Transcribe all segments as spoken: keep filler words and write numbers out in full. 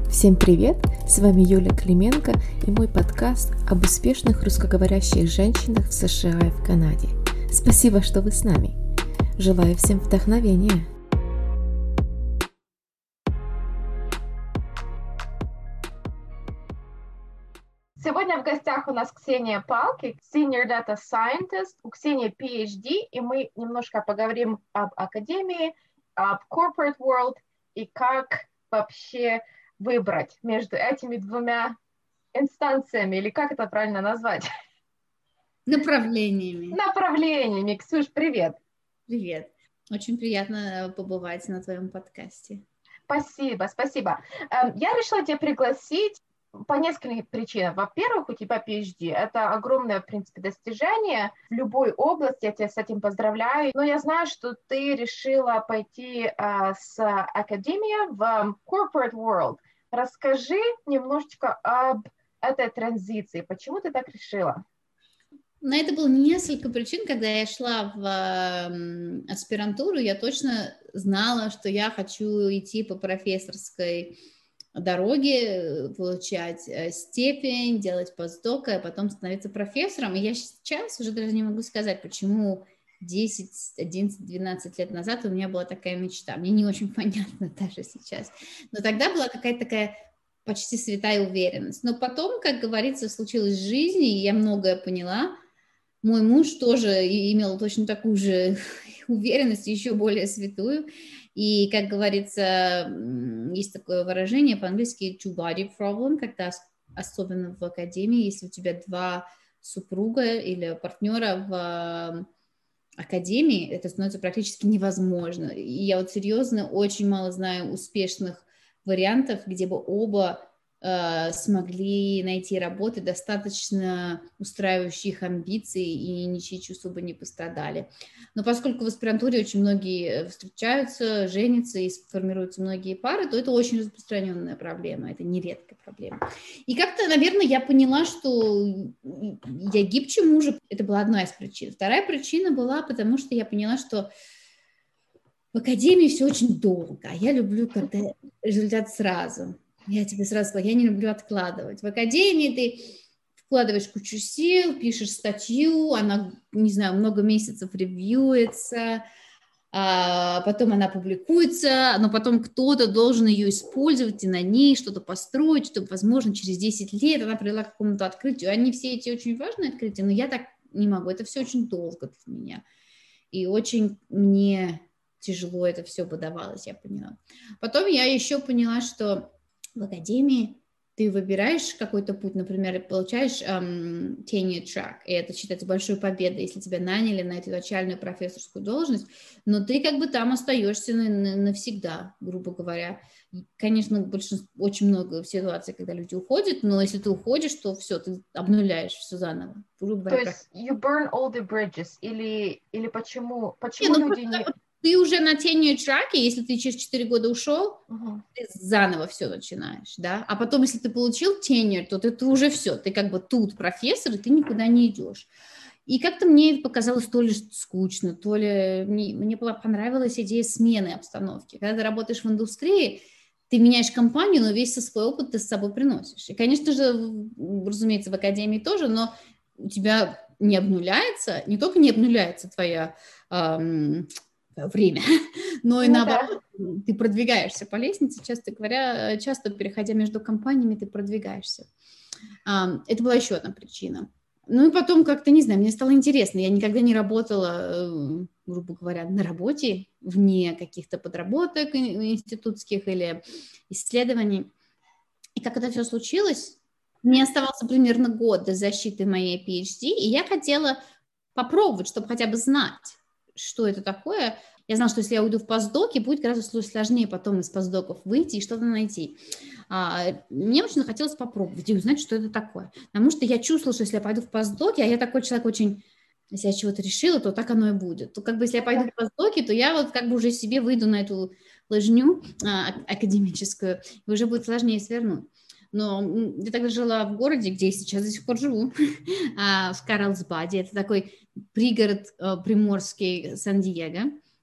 Всем привет! С вами Юля Клименко и мой подкаст об успешных русскоговорящих женщинах в США и в Канаде. Спасибо, что вы с нами. Желаю всем вдохновения. Сегодня в гостях у нас Ксения Палки, Senior Data Scientist, у Ксении пи эйч ди, и мы немножко поговорим об академии, об corporate world и как вообще выбрать между этими двумя инстанциями, или как это правильно назвать? Направлениями. Направлениями. Ксюш, привет. Привет. Очень приятно побывать на твоем подкасте. Спасибо, спасибо. Я решила тебя пригласить по нескольким причинам. Во-первых, у тебя пи эйч ди. Это огромное, в принципе, достижение в любой области. Я тебя с этим поздравляю. Но я знаю, что ты решила пойти uh, с академии в corporate world. Расскажи немножечко об этой транзиции. Почему ты так решила? На это было несколько причин. Когда я шла в э, аспирантуру, я точно знала, что я хочу идти по профессорской дороге, получать степень, делать постдока, а потом становиться профессором. И я сейчас уже даже не могу сказать, почему десять, одиннадцать, двенадцать лет назад у меня была такая мечта. Мне не очень понятно даже сейчас. Но тогда была какая-то такая почти святая уверенность. Но потом, как говорится, случилось в жизни, и я многое поняла. Мой муж тоже имел точно такую же уверенность, еще более святую. И, как говорится, есть такое выражение по-английски two-body problem, когда особенно в академии, если у тебя два супруга или партнера в академии, это становится практически невозможно. И я вот серьезно очень мало знаю успешных вариантов, где бы оба э, смогли найти работы, достаточно устраивающие их амбиции, и ничьи чувства бы не пострадали. Но поскольку в аспирантуре очень многие встречаются, женятся и формируются многие пары, то это очень распространенная проблема, это нередкая проблема. И как-то, наверное, я поняла, что я гибче мужа. Это была одна из причин. Вторая причина была, потому что я поняла, что в академии все очень долго, а я люблю, когда результат сразу. Я тебе сразу сказала, я не люблю откладывать. В академии ты вкладываешь кучу сил, пишешь статью, она, не знаю, много месяцев ревьюется, а потом она публикуется, но потом кто-то должен ее использовать и на ней что-то построить, чтобы, возможно, через десять лет она привела к какому-то открытию. Они все эти очень важные открытия, но я так не могу. Это все очень долго для меня. И очень мне тяжело это все подавалось, я поняла. Потом я еще поняла, что в академии ты выбираешь какой-то путь, например, получаешь um, tenure track, и это считается большой победой, если тебя наняли на эту начальную профессорскую должность, но ты как бы там остаешься на, на, навсегда, грубо говоря. И, конечно, большинство, очень много ситуаций, когда люди уходят, но если ты уходишь, то все, ты обнуляешь все заново. Грубо говоря, то есть you burn all the bridges, или, или почему, почему не, ну, люди не... Ты уже на tenure траке, если ты через четыре года ушел, uh-huh. ты заново все начинаешь, да, а потом, если ты получил tenure, то ты, ты уже все, ты как бы тут профессор, и ты никуда не идешь. И как-то мне это показалось то ли скучно, то ли мне, мне понравилась идея смены обстановки. Когда ты работаешь в индустрии, ты меняешь компанию, но весь свой опыт ты с собой приносишь. И, конечно же, разумеется, в академии тоже, но у тебя не обнуляется, не только не обнуляется твоя... Эм, время, но и ну, наоборот, да. ты продвигаешься по лестнице, часто говоря, часто переходя между компаниями, ты продвигаешься. Это была еще одна причина. Ну и потом как-то, не знаю, мне стало интересно, я никогда не работала, грубо говоря, на работе, вне каких-то подработок институтских или исследований. И как это все случилось, мне оставался примерно год до защиты моей пи эйч ди, и я хотела попробовать, чтобы хотя бы знать, что это такое. Я знала, что если я уйду в постдоки, будет гораздо сложнее потом из постдоков выйти и что-то найти. А, мне очень хотелось попробовать и узнать, что это такое. Потому что я чувствовала, что если я пойду в постдоки, а я такой человек очень... Если я чего-то решила, то так оно и будет. То как бы если я пойду в постдоки, то я вот как бы уже себе выйду на эту лыжню а, академическую, и уже будет сложнее свернуть. Но я тогда жила в городе, где я сейчас до сих пор живу, в Карлсбаде. Это такой пригород приморский Сан-Диего.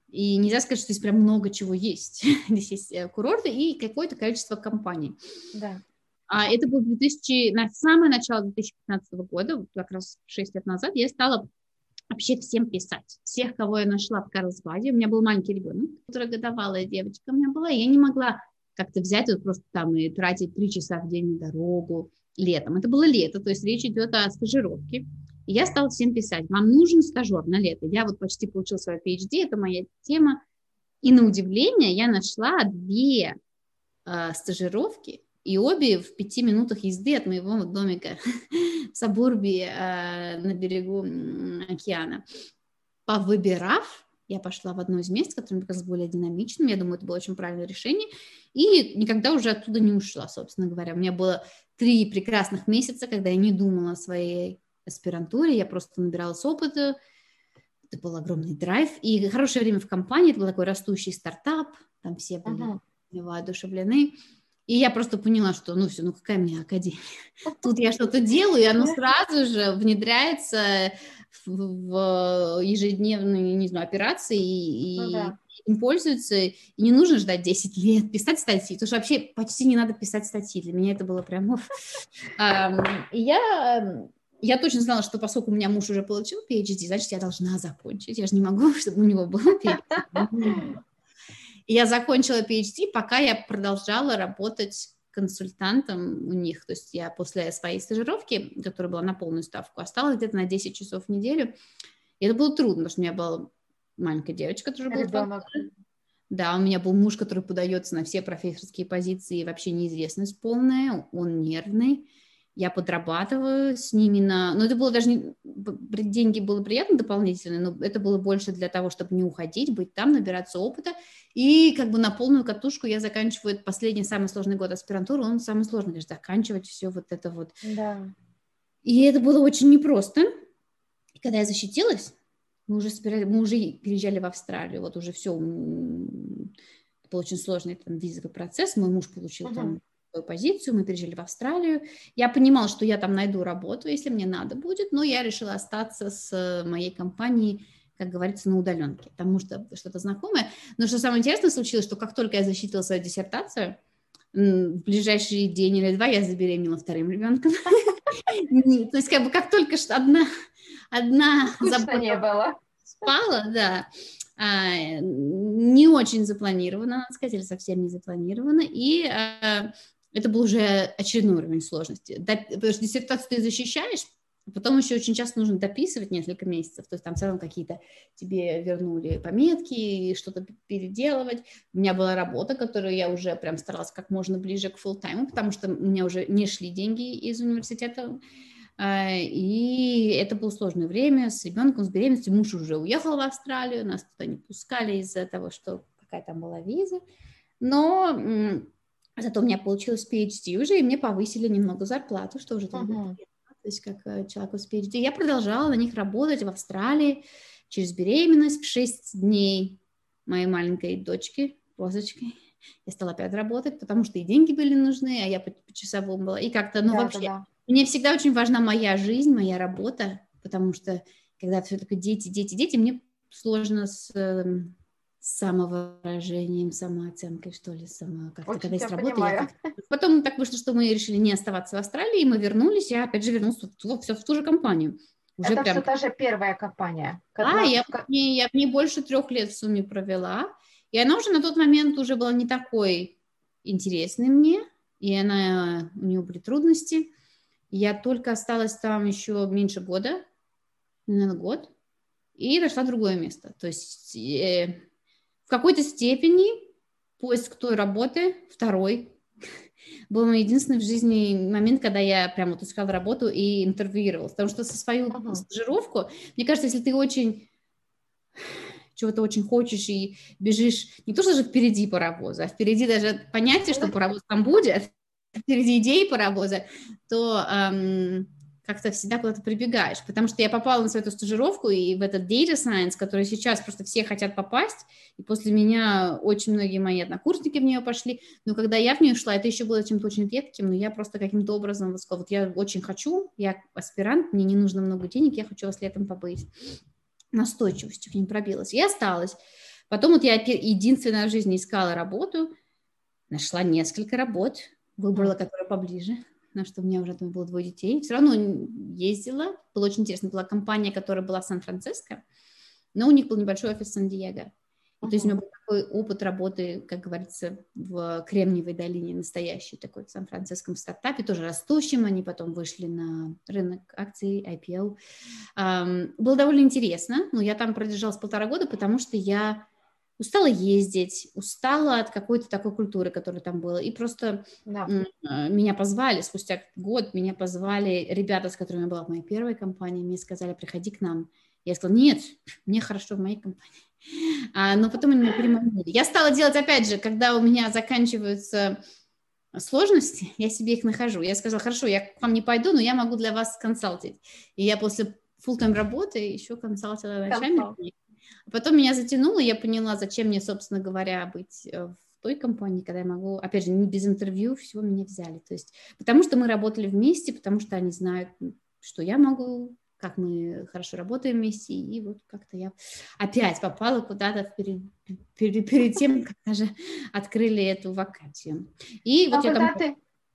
И нельзя сказать, что здесь прям много чего есть. Здесь есть курорты и какое-то количество компаний. Да. А это было две тысячи, на самое начало две тысячи пятнадцатого года, как раз шесть лет назад, я стала вообще всем писать. Всех, кого я нашла в Карлсбаде. У меня был маленький ребенок, которая годовалая девочка у меня была. И я не могла как-то взять вот просто там и тратить три часа в день на дорогу летом. Это было лето, то есть речь идет о стажировке. И я стала всем писать: вам нужен стажер на лето. Я вот почти получила свою пи эйч ди, это моя тема. И на удивление я нашла две э, стажировки, и обе в пяти минутах езды от моего домика в Сабурбии э, на берегу океана. Повыбирав, я пошла в одно из мест, которое мне казалось более динамичным. Я думаю, это было очень правильное решение. И никогда уже оттуда не ушла, собственно говоря. У меня было три прекрасных месяца, когда я не думала о своей аспирантуре. Я просто набиралась опыта. Это был огромный драйв. И хорошее время в компании. Это был такой растущий стартап. Там все были uh-huh. воодушевлены. И я просто поняла, что ну все, ну какая мне академия. Тут я что-то делаю, и оно сразу же внедряется в, в ежедневные, не знаю, операции, и ну, да. им пользуются. И не нужно ждать десять лет, писать статьи, потому что вообще почти не надо писать статьи. Для меня это было прям... И я... Я точно знала, что поскольку у меня муж уже получил пи эйч ди, значит, я должна закончить. Я же не могу, чтобы у него был пи эйч ди. И я закончила пи эйч ди, пока я продолжала работать консультантом у них. То есть я после своей стажировки, которая была на полную ставку, осталась где-то на десять часов в неделю. И это было трудно, потому что у меня была маленькая девочка, которая была два года. Да, у меня был муж, который подается на все профессорские позиции, вообще неизвестность полная, он нервный. Я подрабатываю с ними на... Ну, это было даже не... Деньги было приятно дополнительные, но это было больше для того, чтобы не уходить, быть там, набираться опыта. И как бы на полную катушку я заканчиваю последний, самый сложный год аспирантуры. Он самый сложный, конечно, заканчивать все вот это вот. Да. И это было очень непросто. И когда я защитилась, мы уже, собирали, мы уже переезжали в Австралию. Вот уже все. Это был очень сложный там визовый процесс. Мой муж получил uh-huh. там... позицию, мы переезжали в Австралию. Я понимала, что я там найду работу, если мне надо будет, но я решила остаться с моей компанией, как говорится, на удаленке, потому что что-то знакомое. Но что самое интересное случилось, что как только я защитила свою диссертацию, в ближайший день или два я забеременела вторым ребенком. То есть как бы как только что одна одна забота спала, да, не очень запланировано, надо сказать, или совсем не запланировано, и это был уже очередной уровень сложности. Потому что диссертацию ты защищаешь, потом еще очень часто нужно дописывать несколько месяцев, то есть там в целом какие-то тебе вернули пометки, что-то переделывать. У меня была работа, которую я уже прям старалась как можно ближе к фулл-тайму, потому что у меня уже не шли деньги из университета, и это было сложное время с ребенком, с беременностью. Муж уже уехал в Австралию, нас туда не пускали из-за того, что какая там была виза, но... Зато у меня получилось пи эйч ди уже, и мне повысили немного зарплату, что уже uh-huh. то есть как человеку с пи эйч ди. Я продолжала на них работать в Австралии через беременность. В шесть дней моей маленькой дочки, Розочки, я стала опять работать, потому что и деньги были нужны, а я по, по часовому была. И как-то, ну да, вообще, да. Мне всегда очень важна моя жизнь, моя работа, потому что когда все-таки дети, дети, дети, мне сложно с... самовыражением, самооценкой, что ли, само, как-то, очень когда есть работа. Понимаю. Я потом так вышло, что мы решили не оставаться в Австралии, и мы вернулись, я опять же вернулась в, в, в, в ту же компанию. Уже это прям... все та же первая компания? Да, я, я, я в ней больше трех лет в сумме провела, и она уже на тот момент уже была не такой интересной мне, и она, у нее были трудности. Я только осталась там еще меньше года, наверное, год, и нашла другое место. То есть... Э, в какой-то степени поиск той работы, второй, был мой единственный в жизни момент, когда я прямо вот искала работу и интервьюировалась. Потому что со свою uh-huh. стажировку, мне кажется, если ты очень чего-то очень хочешь и бежишь, не то что же впереди паровоза, а впереди даже понятие, что паровоз там будет, впереди идеи паровоза, то... Эм, как-то всегда куда-то прибегаешь, потому что я попала на свою эту стажировку и в этот data science, который сейчас просто все хотят попасть, и после меня очень многие мои однокурсники в нее пошли, но когда я в нее шла, это еще было чем-то очень редким, но я просто каким-то образом вот сказала, вот я очень хочу, я аспирант, мне не нужно много денег, я хочу вас летом побыть. Настойчивостью к ним пробилась. И осталась. Потом вот я единственная в жизни искала работу, нашла несколько работ, выбрала, которая поближе, потому что у меня уже там было двое детей. Все равно ездила, было очень интересно. Была компания, которая была в Сан-Франциско, но у них был небольшой офис в Сан-Диего. Uh-huh. То есть у меня был такой опыт работы, как говорится, в Кремниевой долине, настоящий такой в Сан-Франциском стартапе, тоже растущем. Они потом вышли на рынок акций, ай пи о. Um, было довольно интересно, но я там продержалась полтора года, потому что я устала ездить, устала от какой-то такой культуры, которая там была. И просто да. меня позвали, спустя год меня позвали ребята, с которыми я была в моей первой компании, мне сказали, приходи к нам. Я сказала, нет, мне хорошо в моей компании. А, но потом они меня переманили. Я стала делать, опять же, когда у меня заканчиваются сложности, я себе их нахожу. Я сказала, хорошо, я к вам не пойду, но я могу для вас консалтить. И я после фулл-тайм работы еще консалтила ночами. Потом меня затянуло, я поняла, зачем мне, собственно говоря, быть в той компании, когда я могу, опять же, не без интервью, все меня взяли. То есть, потому что мы работали вместе, потому что они знают, что я могу, как мы хорошо работаем вместе, и вот как-то я опять попала куда-то перед, перед, перед тем, как даже открыли эту вакансию. И а вот я когда там... ты...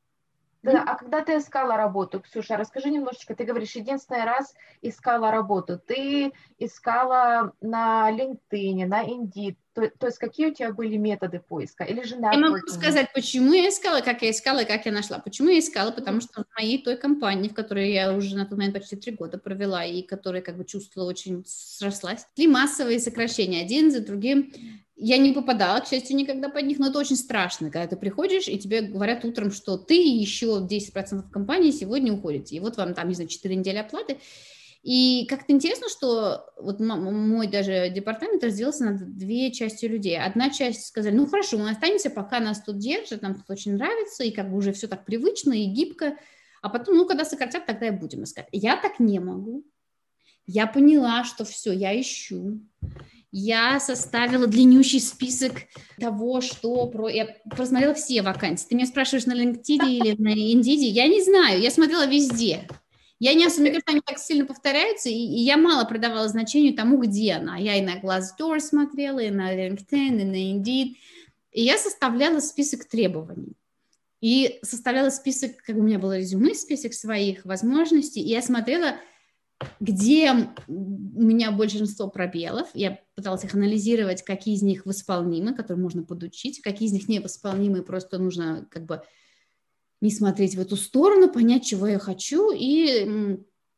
Да, а когда ты искала работу, Ксюша, расскажи немножечко, ты говоришь, единственный раз искала работу, ты искала на LinkedIn, на Indeed, то, то есть какие у тебя были методы поиска, или же networking? Я могу сказать, почему я искала, как я искала и как я нашла. Почему я искала? Потому что в моей той компании, в которой я уже на тот момент почти три года провела, и которая как бы чувствовала очень срослась, шли массовые сокращения один за другим. Я не попадала, к счастью, никогда под них, но это очень страшно, когда ты приходишь, и тебе говорят утром, что ты и еще десять процентов компании сегодня уходите, и вот вам там, не знаю, четыре недели оплаты. И как-то интересно, что вот мой даже департамент разделился на две части людей. Одна часть сказали, ну хорошо, мы останемся, пока нас тут держат, нам тут очень нравится, и как бы уже все так привычно и гибко, а потом, ну, когда сократят, тогда и будем искать. Я так не могу. Я поняла, что все, я ищу. Я составила длиннющий список того, что... Про... Я просмотрела все вакансии. Ты меня спрашиваешь на LinkedIn или на Indeed? Я не знаю, я смотрела везде. Я не особо, мне кажется, они так сильно повторяются, и, и я мало придавала значению тому, где она. Я и на Glassdoor смотрела, и на LinkedIn, и на Indeed. И я составляла список требований. И составляла список, как у меня было резюме, список своих возможностей, и я смотрела... где у меня большинство пробелов, я пыталась их анализировать, какие из них восполнимы, которые можно подучить, какие из них невосполнимы, просто нужно как бы не смотреть в эту сторону, понять, чего я хочу, и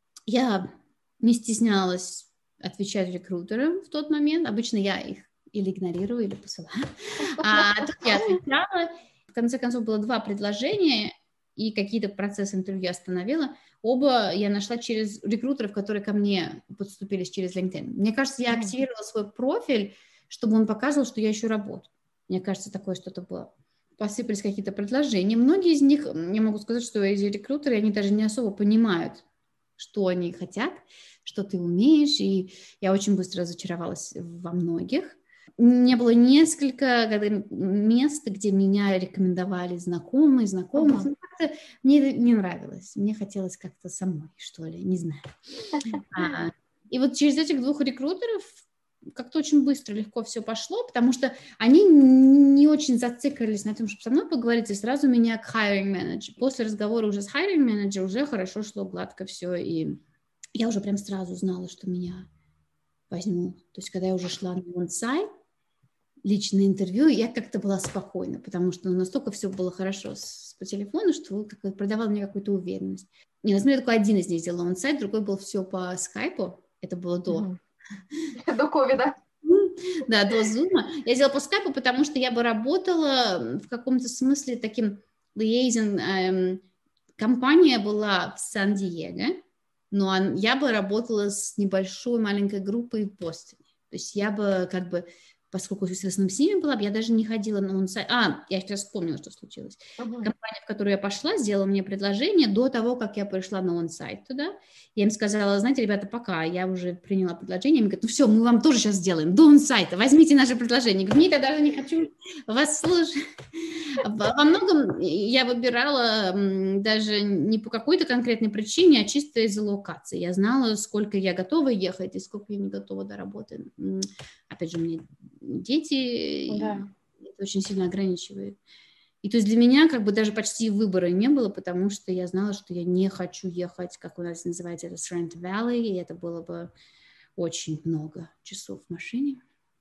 я не стеснялась отвечать рекрутерам в тот момент, обычно я их или игнорирую, или посылаю, а тут я отвечала, в конце концов было два предложения, и какие-то процессы интервью остановила. Оба я нашла через рекрутеров, которые ко мне подступились через LinkedIn. Мне кажется, я активировала свой профиль, чтобы он показывал, что я ищу работу. Мне кажется, такое что-то было. Посыпались какие-то предложения. Многие из них, я могу сказать, что эти рекрутеры, они даже не особо понимают, что они хотят, что ты умеешь. И я очень быстро разочаровалась во многих. У меня было несколько мест, где меня рекомендовали знакомые, знакомые. Uh-huh. Ну, мне не нравилось. Мне хотелось как-то самой, что ли, не знаю. А, и вот через этих двух рекрутеров как-то очень быстро, легко все пошло, потому что они не очень зациклились на том, чтобы со мной поговорить, и сразу меня к hiring manager. После разговора уже с hiring manager уже хорошо шло, гладко все, и я уже прям сразу знала, что меня возьму. То есть, когда я уже шла на on-site, личное интервью, я как-то была спокойна, потому что ну, настолько все было хорошо с, по телефону, что как, продавало мне какую-то уверенность. Не, на самом деле, только один из них сделал он-сайт, другой был все по скайпу, это было до. До ковида. Да, до зума. Я сделала по скайпу, потому что я бы работала в каком-то смысле таким liaison. Эм, компания была в Сан-Диего, но я бы работала с небольшой маленькой группой в Бостоне. То есть я бы как бы поскольку в основном с ними была, я даже не ходила на он-сайт. А, я сейчас вспомнила, что случилось. Uh-huh. Компания, в которую я пошла, сделала мне предложение до того, как я пришла на он-сайт туда. Я им сказала, знаете, ребята, пока, я уже приняла предложение. Они говорят, ну все, мы вам тоже сейчас сделаем, до он-сайта, возьмите наше предложение. Я говорю, нет, я даже не хочу вас слушать. Во многом я выбирала даже не по какой-то конкретной причине, а чисто из-за локации. Я знала, сколько я готова ехать и сколько я не готова до работы. опять же, у меня дети, Да. и это очень сильно ограничивает. И то есть для меня как бы даже почти выбора не было, потому что я знала, что я не хочу ехать, как у нас называется, это Sorrento Valley, и это было бы очень много часов в машине.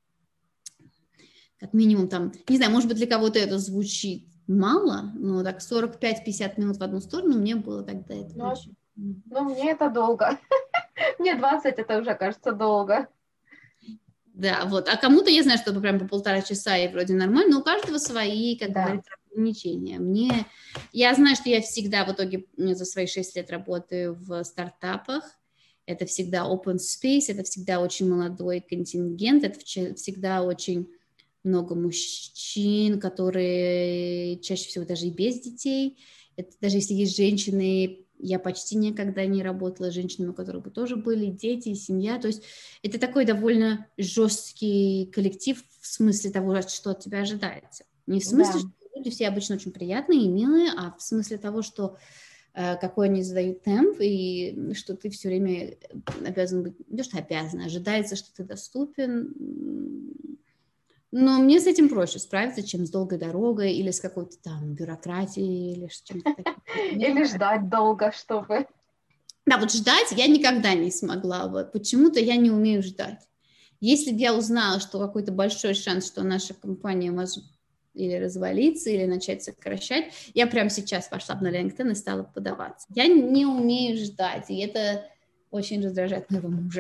Как минимум там, не знаю, может быть, для кого-то это звучит мало, но так сорок пять пятьдесят минут в одну сторону мне было тогда это Ну, очень... ну, мне это долго. Мне двадцать это уже кажется долго. Да, вот. А кому-то, я знаю, что прям по полтора часа и вроде нормально, но у каждого свои, как Да. говорится, ограничения. Мне... Я знаю, что я всегда в итоге за свои шесть лет работаю в стартапах. Это всегда open space, это всегда очень молодой контингент, это всегда очень много мужчин, которые чаще всего даже и без детей. Это, даже если есть женщины, я почти никогда не работала с женщинами, у которых бы тоже были дети, семья. То есть это такой довольно жесткий коллектив в смысле того, что от тебя ожидается. Не в смысле, да. что люди все обычно очень приятные и милые, а в смысле того, что э, какой они задают темп, и что ты все время обязан быть, не то что обязан, ожидается, что ты доступен. Но мне с этим проще справиться, чем с долгой дорогой или с какой-то там бюрократией или с чем-то таким. Или ждать долго, чтобы... Да, вот ждать я никогда не смогла. Вот. Почему-то я не умею ждать. Если бы я узнала, что какой-то большой шанс, что наша компания может или развалиться, или начать сокращать, я прямо сейчас пошла бы на LinkedIn и стала подаваться. Я не умею ждать, и это очень раздражает моего мужа.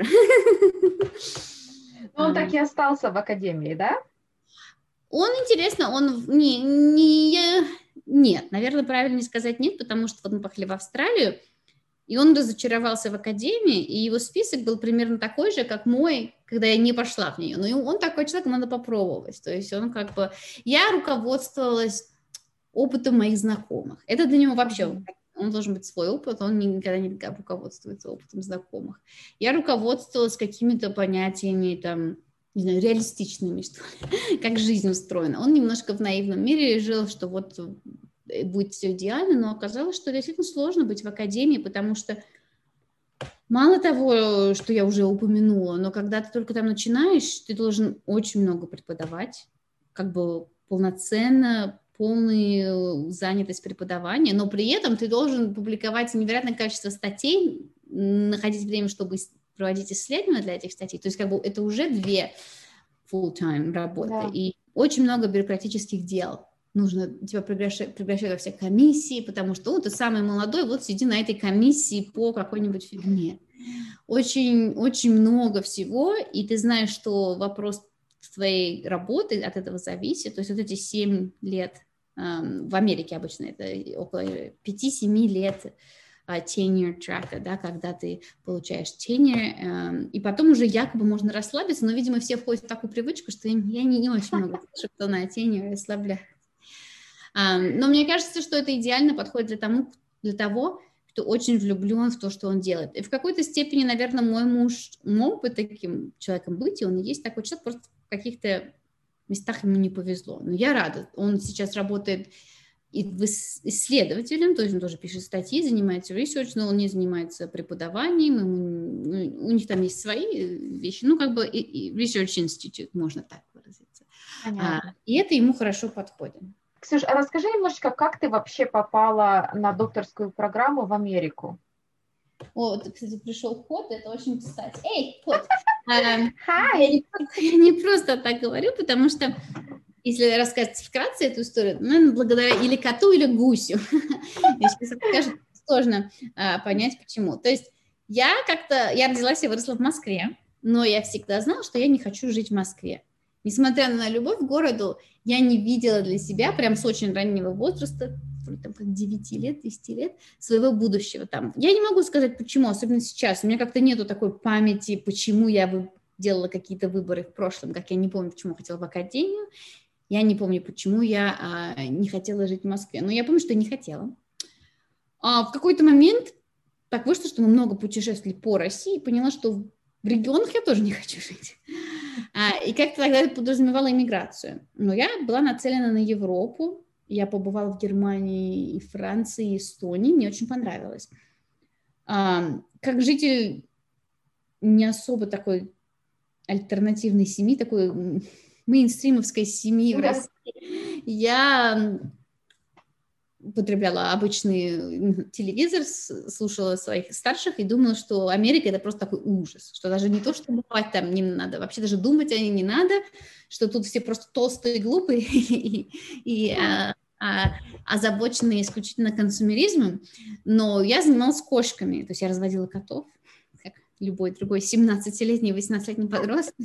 Ну, он так и остался в академии, да? Он, интересно, он не, не, нет, наверное, правильно сказать нет, потому что вот мы поехали в Австралию, и он разочаровался в академии, и его список был примерно такой же, как мой, когда я не пошла в нее. Но он такой человек, надо попробовать. То есть он как бы... Я руководствовалась опытом моих знакомых. Это для него вообще... Mm-hmm. Он должен быть свой опыт, он никогда не руководствуется опытом знакомых. Я руководствовалась какими-то понятиями, там, не знаю, реалистичными, что ли, как жизнь устроена. Он немножко в наивном мире жил, что вот будет все идеально, но оказалось, что действительно сложно быть в академии, потому что мало того, что я уже упомянула, но когда ты только там начинаешь, ты должен очень много преподавать, как бы полноценно, полную занятость преподавания, но при этом ты должен публиковать невероятное количество статей, находить время, чтобы проводить исследования для этих статей. То есть как бы это уже две full-time работы. Да. И очень много бюрократических дел. Нужно тебя приглашать, приглашать во все комиссии, потому что, ну, ты самый молодой, вот сиди на этой комиссии по какой-нибудь фигне. Очень, очень много всего, и ты знаешь, что вопрос твоей работы от этого зависит. То есть вот эти семь лет, эм, в Америке обычно это около пяти-семи лет tenure track, да, когда ты получаешь tenure, эм, и потом уже якобы можно расслабиться, но, видимо, все входят в такую привычку, что я не, не очень много слышу, кто на tenure расслабляет. Um, но мне кажется, что это идеально подходит для, тому, для того, кто очень влюблен в то, что он делает. И в какой-то степени, наверное, мой муж мог бы таким человеком быть, и он и есть такой человек, просто в каких-то местах ему не повезло. Но я рада. Он сейчас работает и исследователем, то есть он тоже пишет статьи, занимается research, но он не занимается преподаванием, ему, у них там есть свои вещи, ну, как бы и, и research institute, можно так выразиться. А, и это ему хорошо подходит. Ксюш, а расскажи немножечко, как ты вообще попала на докторскую программу в Америку? О, вот, кстати, пришел кот, это очень кстати. Эй, кот! Я не просто так говорю, потому что, если рассказать вкратце эту историю, наверное, благодаря или коту, или гусю. Сейчас скажу, сложно понять, почему. То есть я как-то, я родилась и выросла в Москве, но я всегда знала, что я не хочу жить в Москве. Несмотря на любовь к городу, я не видела для себя, прям с очень раннего возраста, там, как девяти лет, десяти лет, своего будущего там. Я не могу сказать, почему, особенно сейчас. У меня как-то нету такой памяти, почему я делала какие-то выборы в прошлом, как я не помню, почему хотела в академию. Я не помню, почему я а, не хотела жить в Москве. Но я помню, что не хотела. А в какой-то момент так вышло, что мы много путешествовали по России, и поняла, что в регионах я тоже не хочу жить. А, и как-то тогда это подразумевало иммиграцию. Но я была нацелена на Европу. Я побывала в Германии, и Франции, и Эстонии. Мне очень понравилось. А, как житель не особо такой альтернативной семьи, такой мейнстримовской семьи в Да. России, я употребляла обычный телевизор, слушала своих старших и думала, что Америка — это просто такой ужас, что даже не то, что бывать там не надо, вообще даже думать о ней не надо, что тут все просто толстые и глупые и, и а, а, озабоченные исключительно консумеризмом, но я занималась кошками, то есть я разводила котов, как любой другой семнадцатилетний, восемнадцатилетний подросток,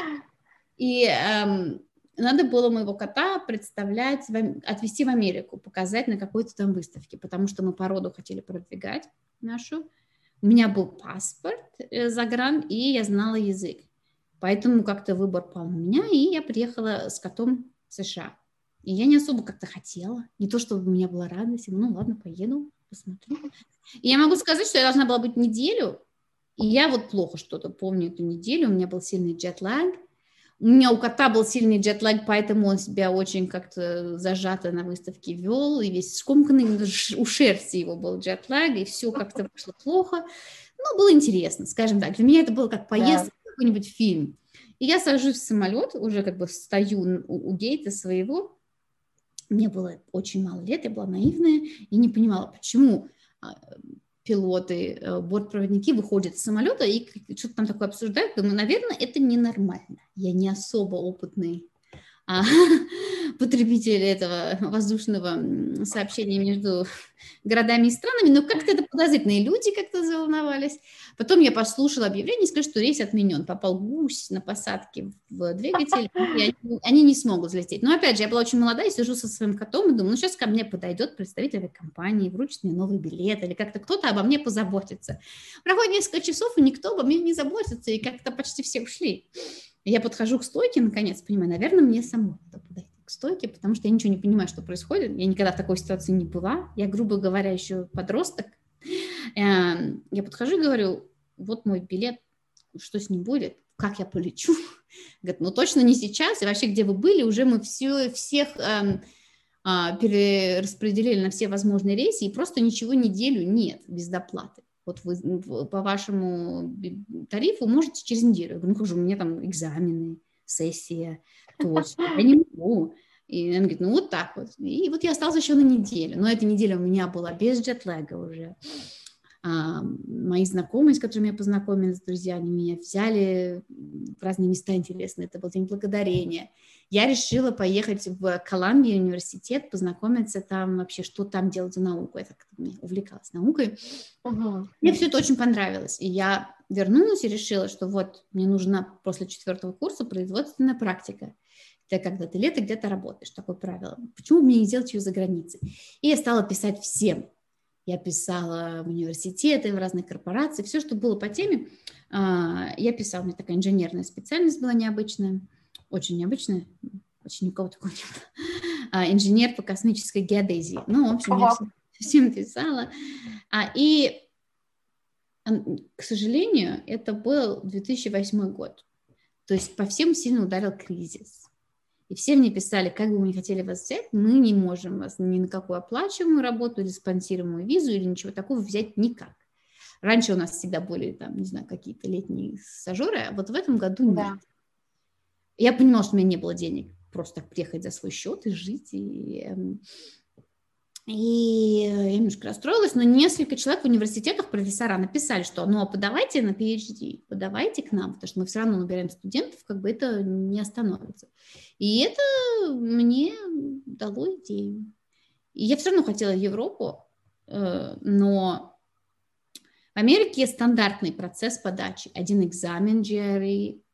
и эм, надо было моего кота представлять, в, отвезти в Америку, показать на какой-то там выставке, потому что мы породу хотели продвигать нашу. У меня был паспорт э, загран, и я знала язык. Поэтому как-то выбор пал на меня, и я приехала с котом в США. И я не особо как-то хотела. Не то, чтобы у меня была радость. Ну ладно, поеду, посмотрю. И я могу сказать, что я должна была быть неделю, и я вот плохо что-то помню эту неделю. У меня был сильный джетлаг. У меня у кота был сильный джетлаг, поэтому он себя очень как-то зажато на выставке вел, и весь скомканный, у шерсти его был джетлаг, и все как-то вышло плохо. Но было интересно, скажем так. Для меня это было как поездка в какой-нибудь фильм. И я сажусь в самолет, уже как бы стою у, у гейта своего. Мне было очень мало лет, я была наивная и не понимала, почему пилоты, бортпроводники выходят из самолета и что-то там такое обсуждают. Думаю, наверное, это ненормально. Я не особо опытный а, потребитель этого воздушного сообщения между городами и странами, но как-то это подозрительно. И люди как-то заволновались. Потом я послушала объявление и сказала, что рейс отменен. Попал гусь на посадке в двигатель, и они, они не смогут взлететь. Но опять же, я была очень молодая, сижу со своим котом и думаю, ну сейчас ко мне подойдет представитель авиакомпании, вручит мне новый билет, или как-то кто-то обо мне позаботится. Проходит несколько часов, и никто обо мне не заботится, и как-то почти все ушли. Я подхожу к стойке, наконец, понимаю, наверное, мне самой надо подойти к стойке, потому что я ничего не понимаю, что происходит. Я никогда в такой ситуации не была. Я, грубо говоря, еще подросток. Я подхожу и говорю, вот мой билет, что с ним будет, как я полечу? Говорит, ну точно не сейчас, и вообще, где вы были, уже мы все, всех э, э, перераспределили на все возможные рейсы, и просто ничего неделю нет без доплаты. Вот вы по вашему тарифу можете через неделю. Я говорю, ну как же, у меня там экзамены, сессия, точно, я не могу. И он говорит, ну вот так вот. И вот я осталась еще на неделю. Но эта неделя у меня была без джетлага уже. А, мои знакомые, с которыми я познакомилась, друзья, они меня взяли в разные места интересные. Это был День Благодарения. Я решила поехать в Колумбию университет, познакомиться там вообще, что там делать за науку. Я так увлекалась наукой. Uh-huh. Мне все это очень понравилось. И я вернулась и решила, что вот мне нужна после четвертого курса производственная практика. Это когда ты лето где-то работаешь, такое правило. Почему мне не сделать ее за границей? И я стала писать всем. Я писала в университеты, в разные корпорации, все, что было по теме, я писала. У меня такая инженерная специальность была необычная, очень необычная, очень никого такого не было. Инженер по космической геодезии. Ну, в общем, я всем писала. И, к сожалению, это был две тысячи восьмой год. То есть по всем сильно ударил кризис. И все мне писали, как бы мы не хотели вас взять, мы не можем вас ни на какую оплачиваемую работу или спонсируемую визу или ничего такого взять никак. Раньше у нас всегда были, там, не знаю, какие-то летние стажеры, а вот в этом году нет. Да. Я понимала, что у меня не было денег просто так приехать за свой счет и жить. И, и я немножко расстроилась, но несколько человек в университетах, профессора, написали, что ну, подавайте на пи эйч ди, подавайте к нам, потому что мы все равно набираем студентов, как бы это не остановится. И это мне дало идею. И я все равно хотела в Европу, но в Америке стандартный процесс подачи. Один экзамен джи ар и,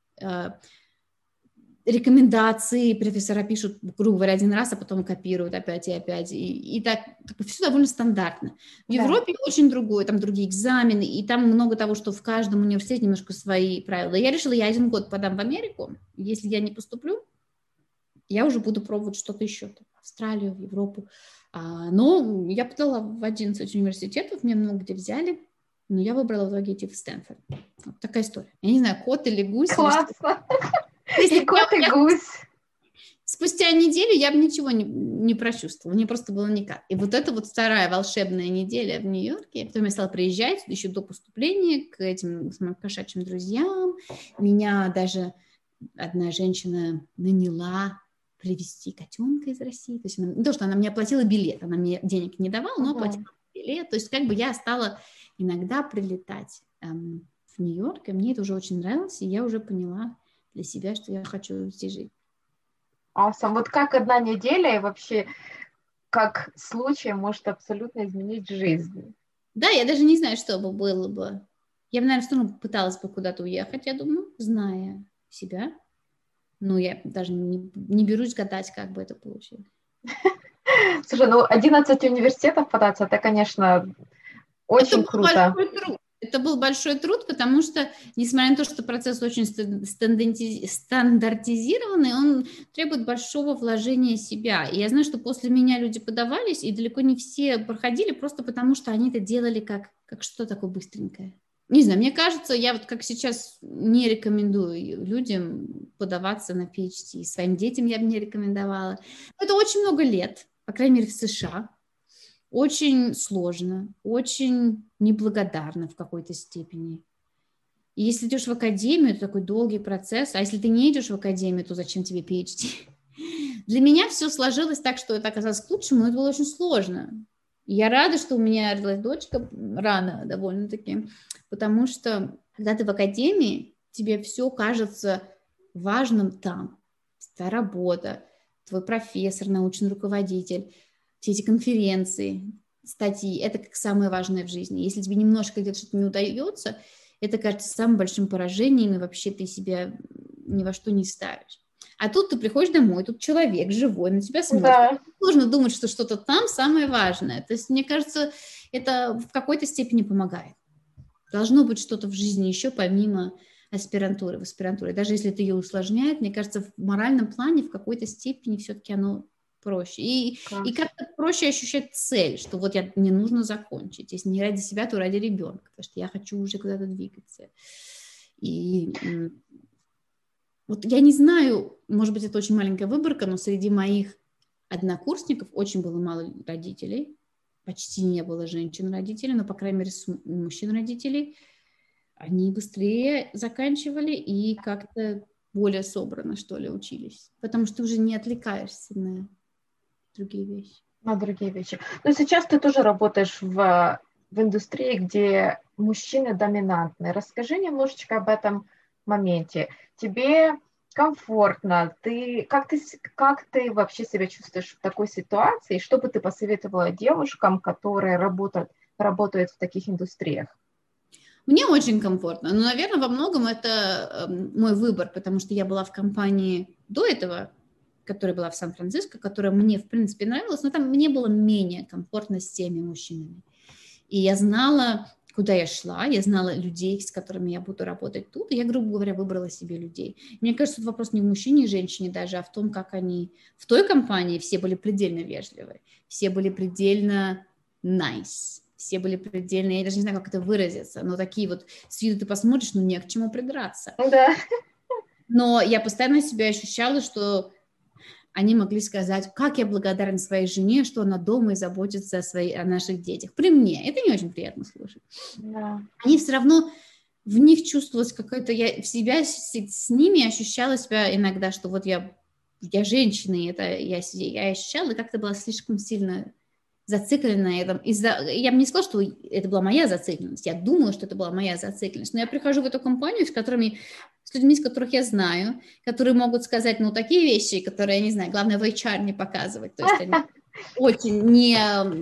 рекомендации, профессора пишут, грубо говоря, один раз, а потом копируют опять и опять. И, и так, так все довольно стандартно. В да. Европе очень другое, там другие экзамены, и там много того, что в каждом университете немножко свои правила. Я решила, я один год подам в Америку. Если я не поступлю, я уже буду пробовать что-то еще, там, в Австралию, в Европу. А, но я подала в одиннадцать университетов, меня много где взяли, но я выбрала в итоге идти в Стэнфорд. Вот такая история. Я не знаю, кот или гусь. Классно. И кот, и гусь. спустя неделю я бы ничего не, не прочувствовала, мне просто было никак. И вот это вот вторая волшебная неделя в Нью-Йорке, потом я стала приезжать еще до поступления к этим к моим кошачьим друзьям, меня даже одна женщина наняла привезти котенка из России, то есть она, не то, что она мне оплатила билет, она мне денег не давала, но uh-huh. оплатила билет, то есть как бы я стала иногда прилетать эм, в Нью-Йорк, и мне это уже очень нравилось, и я уже поняла для себя, что я хочу здесь жить. Awesome. Вот как одна неделя и вообще как случай может абсолютно изменить жизнь. Да, я даже не знаю, что бы было бы. Я бы, наверное, все равно пыталась бы куда-то уехать, я думаю, зная себя. Ну, я даже не, не берусь гадать, как бы это получилось. Слушай, ну одиннадцать университетов податься, это, конечно, очень это круто. Большой труд. Это был большой труд, потому что, несмотря на то, что процесс очень стандартизированный, он требует большого вложения себя. И я знаю, что после меня люди подавались, и далеко не все проходили, просто потому что они это делали как, как что-то такое быстренькое. Не знаю, мне кажется, я вот как сейчас не рекомендую людям подаваться на пи эйч ди. Своим детям я бы не рекомендовала. Это очень много лет, по крайней мере, в США. Очень сложно, очень неблагодарно в какой-то степени. И если идешь в академию, это такой долгий процесс. А если ты не идешь в академию, то зачем тебе пи эйч ди? Для меня все сложилось так, что это оказалось к лучшему, но это было очень сложно. И я рада, что у меня родилась дочка рано довольно-таки, потому что когда ты в академии, тебе все кажется важным там. Твоя работа, твой профессор, научный руководитель, все эти конференции, статьи, это как самое важное в жизни. Если тебе немножко где-то что-то не удается, это кажется самым большим поражением, и вообще ты себя ни во что не ставишь. А тут ты приходишь домой, тут человек живой, на тебя смотрит. Да. Сложно думать, что что-то там самое важное. То есть, мне кажется, это в какой-то степени помогает. Должно быть что-то в жизни еще помимо аспирантуры, в аспирантуре. Даже если это ее усложняет, мне кажется, в моральном плане в какой-то степени все-таки оно проще. И, и как-то проще ощущать цель, что вот я, мне нужно закончить. Если не ради себя, то ради ребенка, потому что я хочу уже куда-то двигаться. И вот я не знаю, может быть, это очень маленькая выборка, но среди моих однокурсников очень было мало родителей, почти не было женщин-родителей, но, по крайней мере, мужчин-родителей. Они быстрее заканчивали и как-то более собранно, что ли, учились, потому что ты уже не отвлекаешься на другие вещи. На другие вещи. Но сейчас ты тоже работаешь в, в индустрии, где мужчины доминантны. Расскажи немножечко об этом моменте. Тебе комфортно? Ты, как, ты, как ты вообще себя чувствуешь в такой ситуации? Что бы ты посоветовала девушкам, которые работают, работают в таких индустриях? Мне очень комфортно. Но, наверное, во многом это э, мой выбор, потому что я была в компании до этого, которая была в Сан-Франциско, которая мне, в принципе, нравилась, но там мне было менее комфортно с теми мужчинами. И я знала, куда я шла, я знала людей, с которыми я буду работать тут, и я, грубо говоря, выбрала себе людей. Мне кажется, это вопрос не в мужчине и женщине даже, а в том, как они... В той компании все были предельно вежливы, все были предельно nice, все были предельно... Я даже не знаю, как это выразиться, но такие вот с виду ты посмотришь, ну, не к чему придраться. Да. Но я постоянно себя ощущала, что они могли сказать, как я благодарна своей жене, что она дома и заботится о, своей, о наших детях. При мне. Это не очень приятно слушать. Да. Они все равно, в них чувствовалось какое-то... Я в себя с, с ними ощущала себя иногда, что вот я, я женщина, и это я, я ощущала, и как-то была слишком сильно зациклена. Из-за, я бы не сказала, что это была моя зацикленность. Я думала, что это была моя зацикленность. Но я прихожу в эту компанию, с которыми... с людьми, с которых я знаю, которые могут сказать, ну, такие вещи, которые, я не знаю, главное, в эйч ар не показывать. То есть они очень не,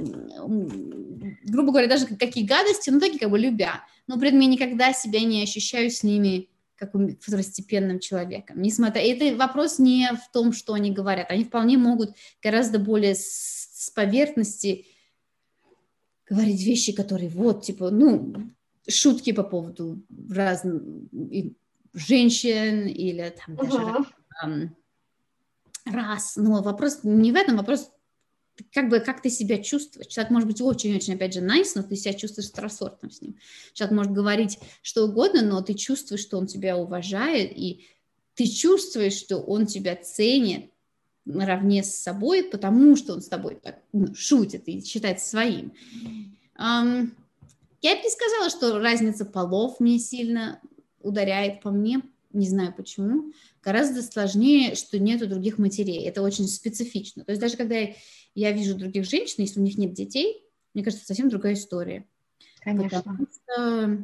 грубо говоря, даже какие гадости, но такие как бы любя. Но при этом я никогда себя не ощущаю с ними как второстепенным человеком. Несмотря, это вопрос не в том, что они говорят. Они вполне могут гораздо более с, с поверхности говорить вещи, которые вот, типа, ну, шутки по поводу разных... женщин или там даже uh-huh. эм, рас. Но вопрос не в этом, вопрос как бы как ты себя чувствуешь. Человек может быть очень-очень, опять же, nice, но ты себя чувствуешь второсортным с ним. Человек может говорить что угодно, но ты чувствуешь, что он тебя уважает, и ты чувствуешь, что он тебя ценит наравне с собой, потому что он с тобой так, ну, шутит и считается своим. Um, я бы не сказала, что разница полов мне сильно ударяет по мне, не знаю почему. Гораздо сложнее, что нету других матерей. Это очень специфично. То есть даже когда я вижу других женщин, если у них нет детей, мне кажется, это совсем другая история. Конечно. Потому что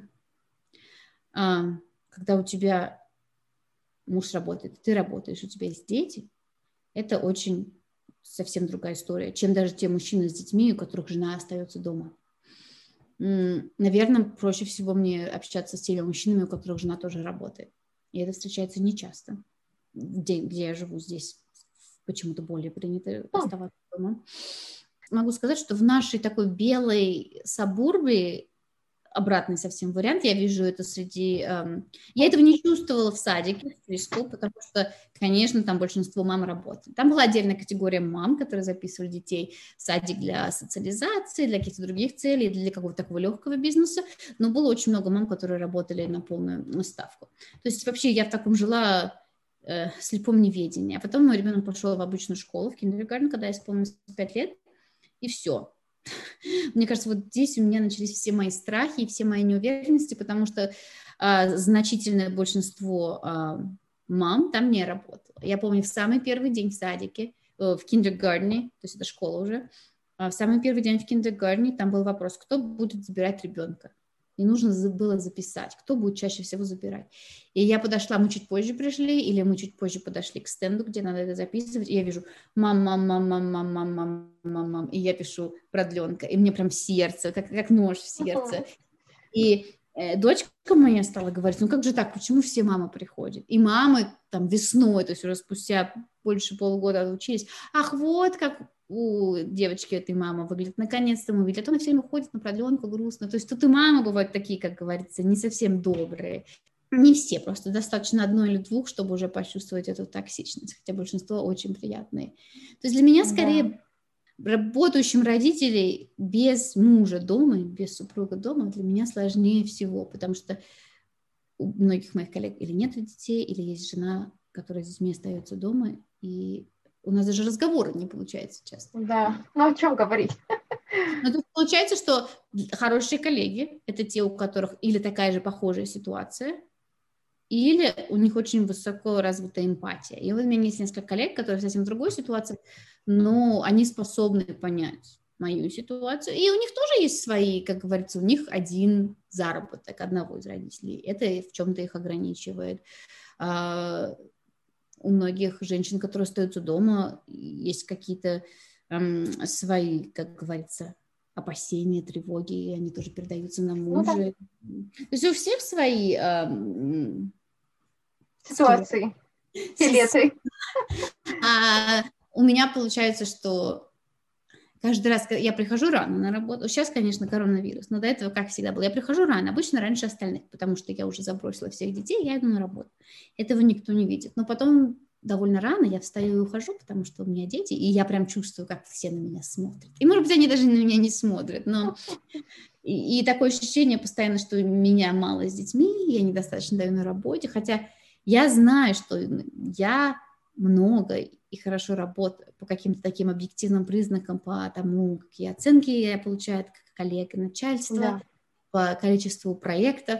а, когда у тебя муж работает, ты работаешь, у тебя есть дети, это очень совсем другая история, чем даже те мужчины с детьми, у которых жена остается дома. Наверное, проще всего мне общаться с теми мужчинами, у которых жена тоже работает. И это встречается нечасто. Где, где я живу, здесь почему-то более принято оставаться дома. Могу сказать, что в нашей такой белой сабурбе обратный совсем вариант. Я вижу это среди... Эм, я этого не чувствовала в садике, в пресс-скул, потому что, конечно, там большинство мам работает. Там была отдельная категория мам, которые записывали детей в садик для социализации, для каких-то других целей, для какого-то такого легкого бизнеса, но было очень много мам, которые работали на полную ставку. То есть вообще я в таком жила э, слепом неведении. А потом мой ребенок пошел в обычную школу, в киндергартен, когда я исполнилось пять лет, и все. Мне кажется, вот здесь у меня начались все мои страхи и все мои неуверенности, потому что а, значительное большинство а, мам там не работало. Я помню, в самый первый день в садике, в киндергартене, то есть это школа уже, а в самый первый день в киндергартене там был вопрос, кто будет забирать ребенка. И нужно было записать, кто будет чаще всего забирать. И я подошла, мы чуть позже пришли, или мы чуть позже подошли к стенду, где надо это записывать, и я вижу мам, мам, мам, мам, мам, мам, мам, мам, мам, и я пишу продленка, и мне прям сердце, как, как нож в сердце. И э, дочка моя стала говорить, ну как же так, почему все мамы приходят? И мамы там весной, то есть уже спустя больше полугода отучились, ах, вот как у девочки этой мамы выглядит, наконец-то мы видели, а то она все время ходит на продленку грустно, то есть тут и мамы бывают такие, как говорится, не совсем добрые, не все, просто достаточно одной или двух, чтобы уже почувствовать эту токсичность, хотя большинство очень приятные. То есть для меня скорее да. работающим родителей без мужа дома, без супруга дома для меня сложнее всего, потому что у многих моих коллег или нет детей, или есть жена, которая с детьми остается дома, и у нас даже разговоры не получается часто. Да, ну о чем говорить? Но тут получается, что хорошие коллеги – это те, у которых или такая же похожая ситуация, или у них очень высоко развита эмпатия. И вот у меня есть несколько коллег, которые в совсем другой ситуации, но они способны понять мою ситуацию. И у них тоже есть свои, как говорится, у них один заработок одного из родителей. Это в чем-то их ограничивает. У многих женщин, которые остаются дома, есть какие-то эм, свои, как говорится, опасения, тревоги, и они тоже передаются на мужа. Ну, да. То есть у всех свои эм, ситуации, ситуации. А у меня получается, что каждый раз, когда я прихожу рано на работу, сейчас, конечно, коронавирус, но до этого, как всегда было, я прихожу рано, обычно раньше остальных, потому что я уже забросила всех детей, я иду на работу. Этого никто не видит. Но потом довольно рано я встаю и ухожу, потому что у меня дети, и я прям чувствую, как все на меня смотрят. И, может быть, они даже на меня не смотрят, но... И, и такое ощущение постоянно, что меня мало с детьми, я недостаточно даю на работе, хотя я знаю, что я много и хорошо работаю по каким-то таким объективным признакам, по тому, какие оценки я получаю как коллега, начальство, да. по количеству проектов.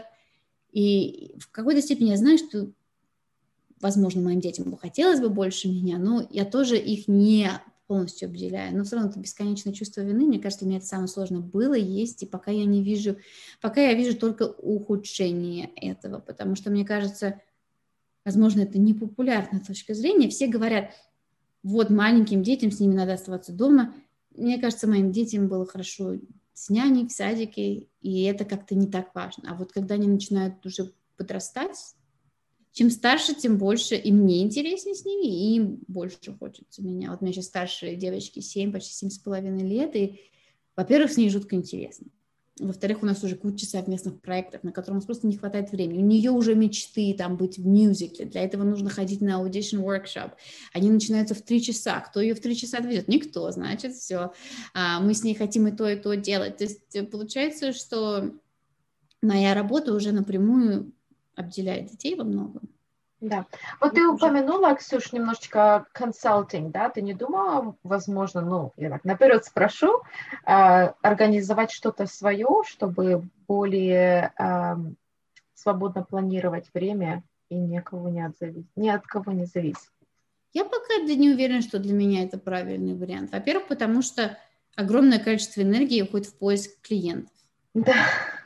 И в какой-то степени я знаю, что, возможно, моим детям бы хотелось бы больше меня, но я тоже их не полностью обделяю. Но все равно это бесконечное чувство вины, мне кажется, для меня это самое сложное было, есть, и пока я не вижу, пока я вижу только ухудшение этого, потому что, мне кажется, возможно, это непопулярная точка зрения. Все говорят, вот маленьким детям с ними надо оставаться дома. Мне кажется, моим детям было хорошо с няней в садике, и это как-то не так важно. А вот когда они начинают уже подрастать, чем старше, тем больше и мне интереснее с ними, и им больше хочется меня. Вот у меня сейчас старшие девочки семь, почти семь с половиной лет, и, во-первых, с ней жутко интересно. Во-вторых, у нас уже куча совместных проектов, на которые у нас просто не хватает времени. У нее уже мечты там быть в мюзикле. Для этого нужно ходить на audition workshop. Они начинаются в три часа. Кто ее в три часа отведет? Никто, значит, все. А, мы с ней хотим и то, и то делать. То есть получается, что моя работа уже напрямую обделяет детей во многом. Да. Вот ты упомянула, Ксюш, немножечко консалтинг, да? Ты не думала, возможно, ну, я так наперед спрошу, э, организовать что-то свое, чтобы более э, свободно планировать время и ни от кого не, отзави... ни от кого не зависеть? Я пока не уверена, что для меня это правильный вариант. Во-первых, потому что огромное количество энергии уходит в поиск клиентов. Да.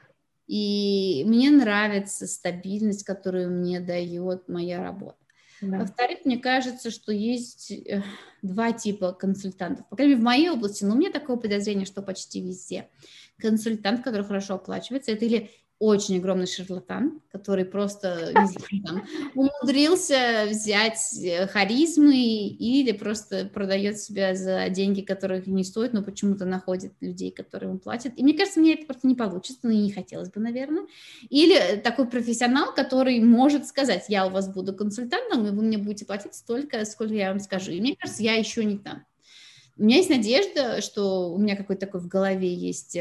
И мне нравится стабильность, которую мне дает моя работа. Да. Во-вторых, мне кажется, что есть два типа консультантов. По крайней мере, в моей области, но у меня такое подозрение, что почти везде. Консультант, который хорошо оплачивается, это или очень огромный шарлатан, который просто, не знаю, там, умудрился взять харизмы или просто продает себя за деньги, которых не стоит, но почему-то находит людей, которые ему платят. И мне кажется, мне это просто не получится, но и не хотелось бы, наверное. Или такой профессионал, который может сказать: я у вас буду консультантом, и вы мне будете платить столько, сколько я вам скажу. И мне кажется, я еще не там. У меня есть надежда, что у меня какой-то такой в голове есть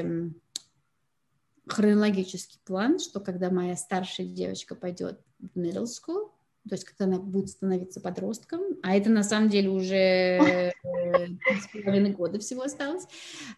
хронологический план, что когда моя старшая девочка пойдет в middle school, то есть когда она будет становиться подростком, а это на самом деле уже три с половиной года всего осталось,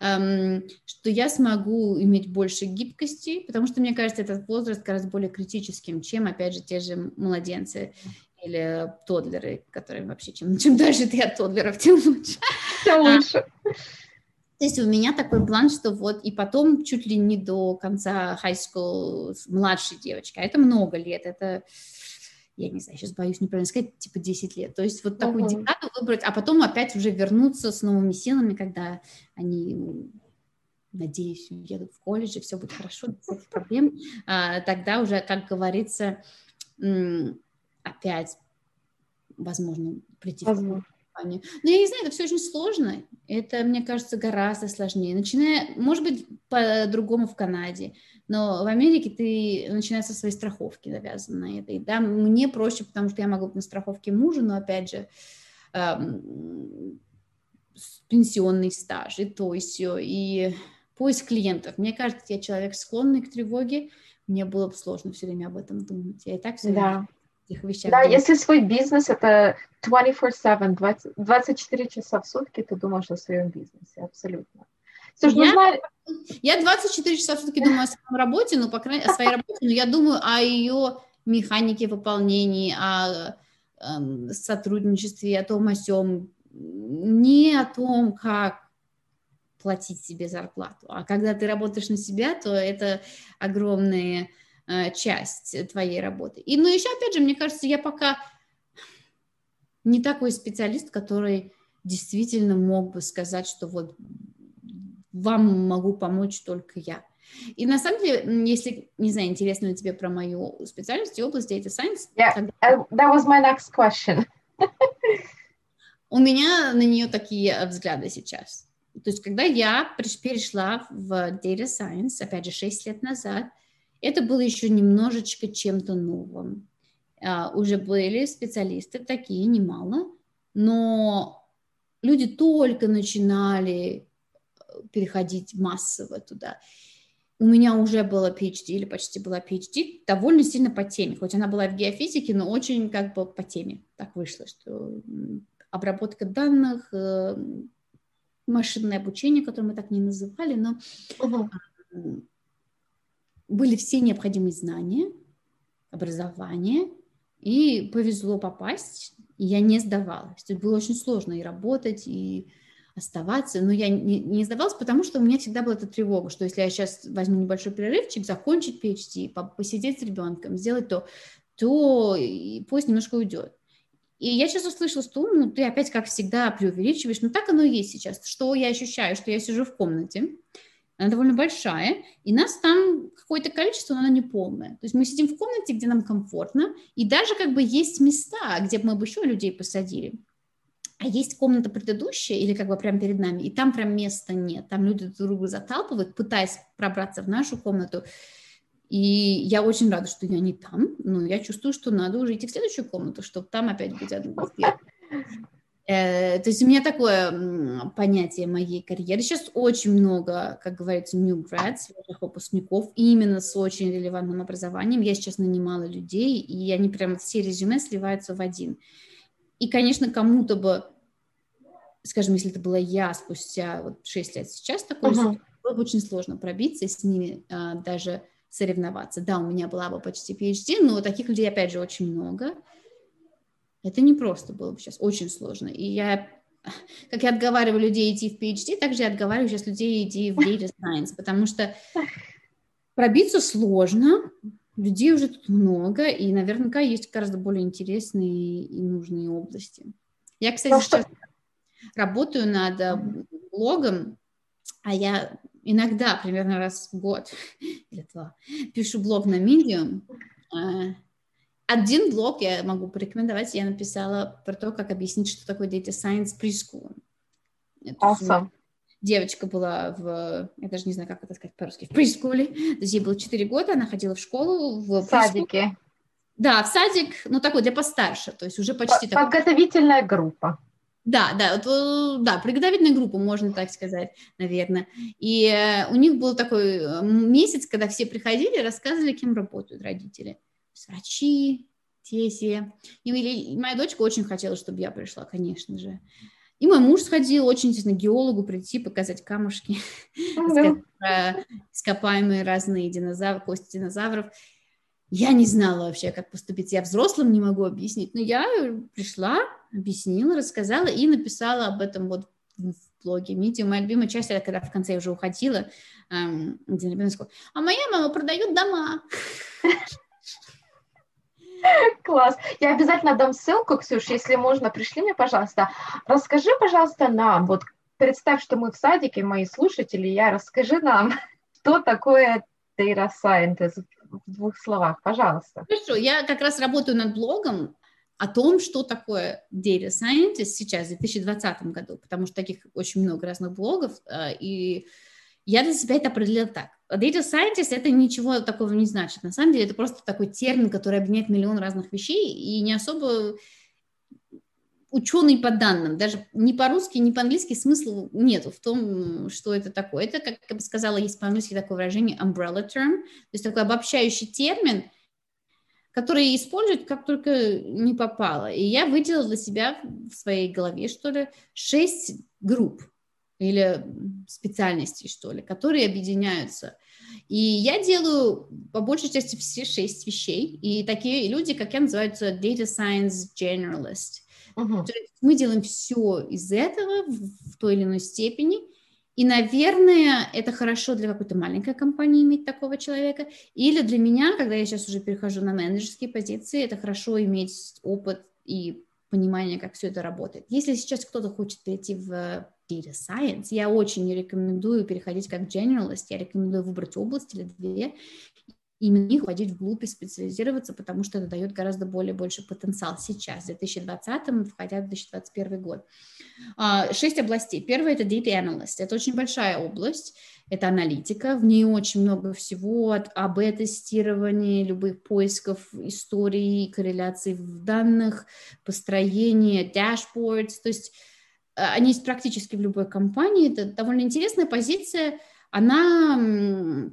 что я смогу иметь больше гибкости, потому что, мне кажется, этот возраст гораздо более критическим, чем, опять же, те же младенцы или тоддлеры, которые вообще, чем, чем дальше ты от тоддлеров, тем лучше. Тем лучше. То есть у меня такой план, что вот и потом чуть ли не до конца high school с младшей девочкой, а это много лет, это, я не знаю, сейчас боюсь неправильно сказать, типа десять лет. То есть вот такую uh-huh. декаду выбрать, а потом опять уже вернуться с новыми силами, когда они, надеюсь, уедут в колледж, и все будет хорошо, без всяких проблем. А, тогда уже, как говорится, опять, возможно, прийти uh-huh. в но я не знаю, это все очень сложно. Это, мне кажется, гораздо сложнее. Начиная, может быть, по-другому в Канаде, но в Америке ты начинаешь со своей страховки, навязаны на это. И да, мне проще, потому что я могу быть на страховке мужа, но, опять же, эм, пенсионный стаж, и то, и все, и поиск клиентов. Мне кажется, я человек, склонный к тревоге, мне было бы сложно все время об этом думать. Я и так все время... Да. Да, думаю. Если свой бизнес это двадцать четыре семь, двадцать четыре часа в сутки, ты думаешь о своем бизнесе, абсолютно. Слушай, я, нужна... я двадцать четыре часа в сутки думаю о своей работе, ну, по крайней мере, о своей работе, но я думаю о ее механике выполнения, о э, сотрудничестве, о том, о сём, не о том, как платить себе зарплату. А когда ты работаешь на себя, то это огромные... часть твоей работы. И, ну, еще, опять же, мне кажется, я пока не такой специалист, который действительно мог бы сказать, что вот вам могу помочь только я. И на самом деле, если, не знаю, интересно ли тебе про мою специальность и область Data Science. Yeah, когда... that was my next question. У меня на нее такие взгляды сейчас. То есть, когда я перешла в Data Science, опять же, шесть лет назад, это было еще немножечко чем-то новым. Uh, уже были специалисты, такие немало, но люди только начинали переходить массово туда. У меня уже было пи эйч ди, или почти была пи эйч ди, довольно сильно по теме, хоть она была в геофизике, но очень как бы по теме. Так вышло, что обработка данных, машинное обучение, которое мы так не называли, но... Uh-huh. Были все необходимые знания, образование, и повезло попасть, и я не сдавалась. То есть было очень сложно и работать, и оставаться, но я не, не сдавалась, потому что у меня всегда была эта тревога, что если я сейчас возьму небольшой перерывчик, закончить пи эйч ди, посидеть с ребенком, сделать то, то и поезд немножко уйдет. И я сейчас услышала, что ну, ты опять, как всегда, преувеличиваешь, но так оно и есть сейчас. Что я ощущаю, что я сижу в комнате, она довольно большая, и нас там какое-то количество, но оно не полное. То есть мы сидим в комнате, где нам комфортно, и даже как бы есть места, где бы мы бы еще людей посадили. А есть комната предыдущая, или как бы прямо перед нами, и там прям места нет. Там люди друг друга заталпывают, пытаясь пробраться в нашу комнату. И я очень рада, что я не там, но я чувствую, что надо уже идти в следующую комнату, чтобы там опять быть одной из первых. Э, то есть у меня такое м, понятие моей карьеры. Сейчас очень много, как говорится, new grads, свежих выпускников, именно с очень релевантным образованием. Я сейчас нанимала людей, и они прям все резюме сливаются в один. И, конечно, кому-то бы, скажем, если это была я спустя вот шесть лет сейчас, такой Мгм. было бы очень сложно пробиться и с ними а, даже соревноваться. Да, у меня была бы почти пи эйч ди, но таких людей, опять же, очень много. Это не просто было бы сейчас, очень сложно. И я, как я отговариваю людей идти в пи эйч ди, так же я отговариваю сейчас людей идти в Data Science, потому что пробиться сложно, людей уже тут много, и наверняка есть гораздо более интересные и нужные области. Я, кстати, Ну, что... сейчас работаю над э, Мгм. блогом, а я иногда, примерно раз в год или два, пишу блог на Medium. Э, Один блог я могу порекомендовать. Я написала про то, как объяснить, что такое Data Science preschool. То есть у меня Awesome. девочка была в, я даже не знаю, как это сказать по-русски, в прескуле. То есть ей было четыре года, она ходила в школу, в прескул. Садики. Да, в садик, ну такой для постарше, то есть уже По- почти такой. Подготовительная группа. Да, да, вот, э, да, приготовительную группу, можно так сказать, наверное. И э, у них был такой э, месяц, когда все приходили, рассказывали, кем работают родители. То есть врачи, те, и, и моя дочка очень хотела, чтобы я пришла, конечно же. И мой муж сходил, очень интересно, к геологу прийти, показать камушки, рассказать про ископаемые разные динозавры, кости динозавров. Я не знала вообще, как поступить. Я взрослым не могу объяснить. Но я пришла, объяснила, рассказала и написала об этом вот в блоге Medium. Моя любимая часть, это когда в конце я уже уходила, эм, где ребенок сказал, а моя мама продает дома. Класс. Я обязательно дам ссылку, Ксюш, если можно, пришли мне, пожалуйста. Расскажи, пожалуйста, нам, вот представь, что мы в садике, мои слушатели, я расскажи нам, что такое Data Scientist в двух словах, пожалуйста. Хорошо, я как раз работаю над блогом о том, что такое Data Scientist сейчас, в две тысячи двадцатом году, потому что таких очень много разных блогов, и я для себя это определила так. Data Scientist — это ничего такого не значит. На самом деле это просто такой термин, который объединяет миллион разных вещей, и не особо ученый по данным, даже ни по-русски, ни по-английски смысла нету в том, что это такое. Это, как я бы сказала, есть по-английски такое выражение umbrella term, то есть такой обобщающий термин, который используют как только не попало. И я выделила для себя в своей голове, что ли, шесть групп или специальностей, что ли, которые объединяются. И я делаю по большей части все шесть вещей. И такие люди, как я, называются Data Science Generalist. Угу. То есть мы делаем все из этого в, в той или иной степени. И, наверное, это хорошо для какой-то маленькой компании иметь такого человека. Или для меня, когда я сейчас уже перехожу на менеджерские позиции, это хорошо иметь опыт и понимание, как все это работает. Если сейчас кто-то хочет перейти в Data Science, я очень не рекомендую переходить как generalist, я рекомендую выбрать область или две, именно их входить вглубь и специализироваться, потому что это дает гораздо более больше потенциал сейчас, в две тысячи двадцатом, входя в две тысячи двадцать первый год. Шесть областей. Первая — это Data Analyst. Это очень большая область, это аналитика, в ней очень много всего, от эй би-тестирования, любых поисков историй, корреляций в данных, построения, dashboards, то есть они есть практически в любой компании. Это довольно интересная позиция, она...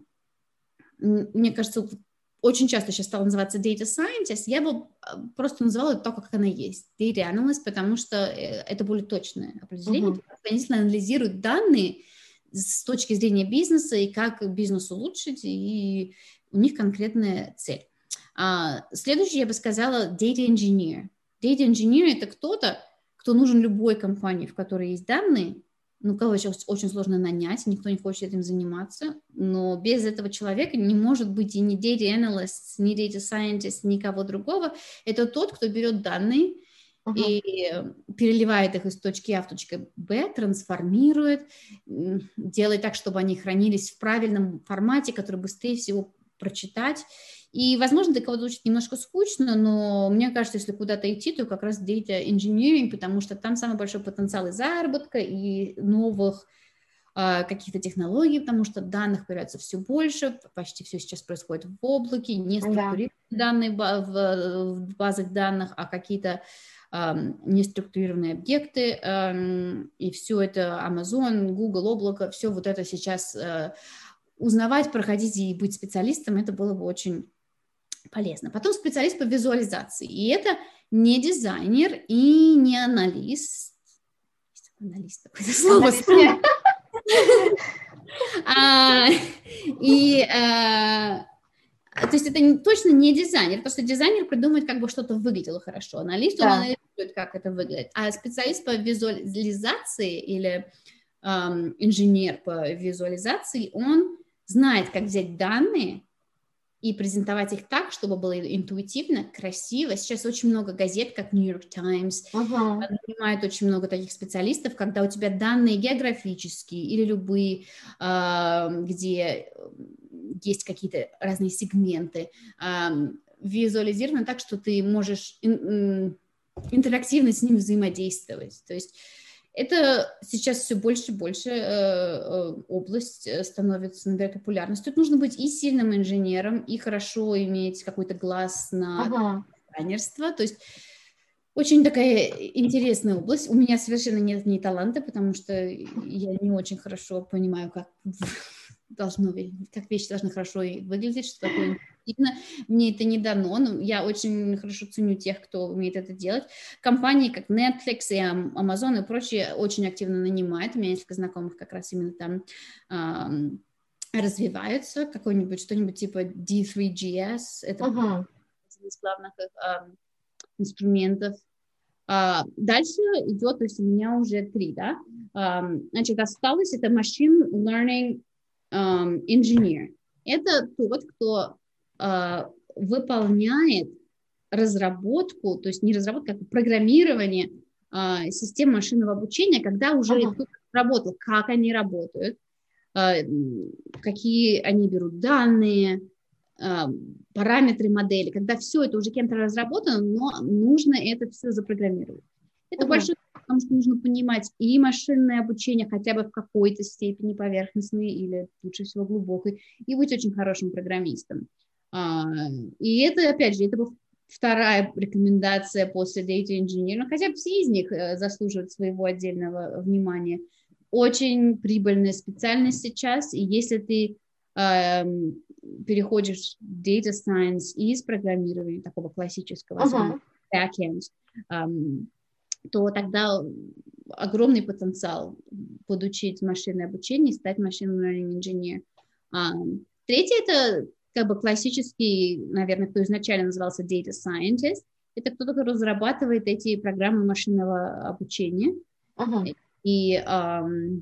Мне кажется, очень часто сейчас стала называться Data Scientist, я бы просто называла это так, как она есть, Data Analyst, потому что это более точное определение. Uh-huh. Они действительно анализируют данные с точки зрения бизнеса и как бизнес улучшить, и у них конкретная цель. А, следующее, я бы сказала, Data Engineer. Data Engineer — это кто-то, кто нужен любой компании, в которой есть данные, ну, кого сейчас очень сложно нанять, никто не хочет этим заниматься, но без этого человека не может быть и ни Data Analyst, ни Data Scientist, никого другого. Это тот, кто берет данные uh-huh. и переливает их из точки А в точку Б, трансформирует, делает так, чтобы они хранились в правильном формате, который быстрее всего прочитать. И, возможно, для кого-то звучит немножко скучно, но мне кажется, если куда-то идти, то как раз Data Engineering, потому что там самый большой потенциал и заработка, и новых э, каких-то технологий, потому что данных появляется все больше, почти все сейчас происходит в облаке, не структурированные да. данные в, в базах данных, а какие-то неструктурированные объекты, и все это Amazon, Google, облако, все вот это сейчас узнавать, проходить и быть специалистом, это было бы очень полезно. Потом специалист по визуализации, и это не дизайнер и не аналист. Аналист, такое слово. И то есть это точно не дизайнер, потому что дизайнер придумает, как бы что-то выглядело хорошо, аналист, он анализирует, как это выглядит, а специалист по визуализации или эм, инженер по визуализации, он знает, как взять данные и презентовать их так, чтобы было интуитивно, красиво. Сейчас очень много газет, как New York Times, uh-huh. нанимают очень много таких специалистов, когда у тебя данные географические или любые, э, где есть какие-то разные сегменты, э, визуализированы так, что ты можешь ин- интерактивно с ним взаимодействовать. То есть это сейчас все больше и больше э, э, область становится, набирает популярность. Тут нужно быть и сильным инженером, и хорошо иметь какой-то глаз на ага. дизайнерство. То есть очень такая интересная область. У меня совершенно нет ни таланта, потому что я не очень хорошо понимаю, как должно, как вещи должны хорошо выглядеть, что такое интуитивно. Мне это не дано, но я очень хорошо ценю тех, кто умеет это делать. Компании, как Netflix и Amazon и прочие, очень активно нанимают. У меня несколько знакомых как раз именно там эм, развиваются. Какой-нибудь, что-нибудь типа ди три джи эс. Это uh-huh. один из главных эм, инструментов. Uh, дальше идет, то есть у меня уже три, да. Um, значит, осталось это Machine Learning Um, инженер. Это тот, кто uh, выполняет разработку, то есть не разработку, а программирование uh, систем машинного обучения, когда уже ага. кто-то работал, как они работают, uh, какие они берут данные, uh, параметры модели, когда все это уже кем-то разработано, но нужно это все запрограммировать. Это ага. большой, потому что нужно понимать и машинное обучение хотя бы в какой-то степени поверхностной или лучше всего глубокой, и быть очень хорошим программистом. И это, опять же, это была вторая рекомендация после Data Engineering, хотя бы все из них заслуживают своего отдельного внимания. Очень прибыльная специальность сейчас, и если ты эм, переходишь в Data Science из программирования такого классического, uh-huh. back-end, эм, то тогда огромный потенциал подучить машинное обучение и стать machine learning engineer. А, третье – это как бы классический, наверное, кто изначально назывался data scientist. Это кто-то, кто разрабатывает эти программы машинного обучения. Uh-huh. И um,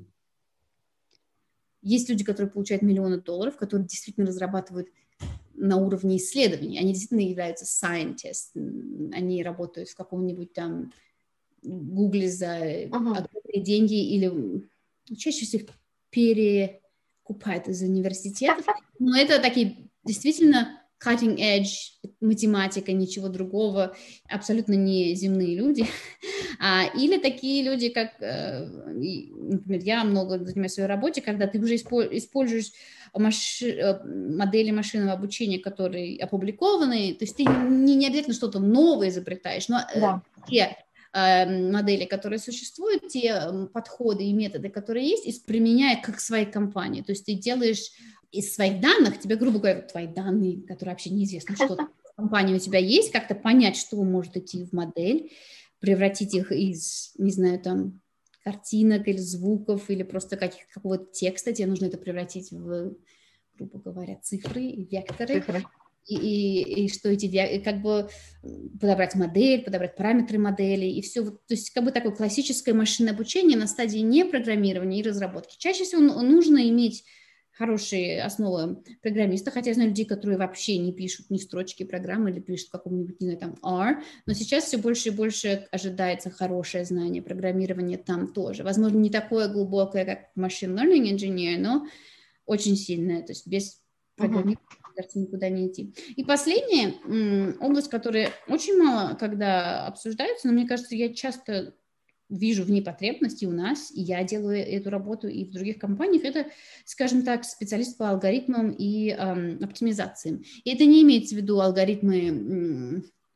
есть люди, которые получают миллионы долларов, которые действительно разрабатывают на уровне исследований. Они действительно являются scientists. Они работают в каком-нибудь там Гугле за ага. огромные деньги или чаще всего их перекупают из университетов. Но это такие действительно cutting edge математика, ничего другого, абсолютно не земные люди. А, или такие люди, как, например, я много занимаюсь в своей работе, когда ты уже используешь маши- модели машинного обучения, которые опубликованы, то есть ты не, не обязательно что-то новое изобретаешь, но да. те модели, которые существуют, те подходы и методы, которые есть, и применяя как в своей компании. То есть ты делаешь из своих данных, тебе, грубо говоря, твои данные, которые вообще неизвестно, что в компании у тебя есть, как-то понять, что может идти в модель, превратить их из, не знаю, там, картинок или звуков, или просто каких- какого-то текста, тебе нужно это превратить в, грубо говоря, цифры и векторы. Цифры. И, и, и что эти, как бы подобрать модель, подобрать параметры модели, и все, то есть как бы такое классическое машинное обучение на стадии не программирования и разработки. Чаще всего нужно иметь хорошие основы программиста, хотя я знаю людей, которые вообще не пишут ни строчки программы или пишут каком-нибудь, не знаю, там R, но сейчас все больше и больше ожидается хорошее знание программирования там тоже. Возможно, не такое глубокое, как machine learning engineer, но очень сильное, то есть без программирования uh-huh. никуда не идти. И последняя м, область, которая очень мало когда обсуждается, но мне кажется, я часто вижу в ней потребности у нас, и я делаю эту работу и в других компаниях, это, скажем так, специалист по алгоритмам и эм, оптимизациям. И это не имеется в виду алгоритмы м,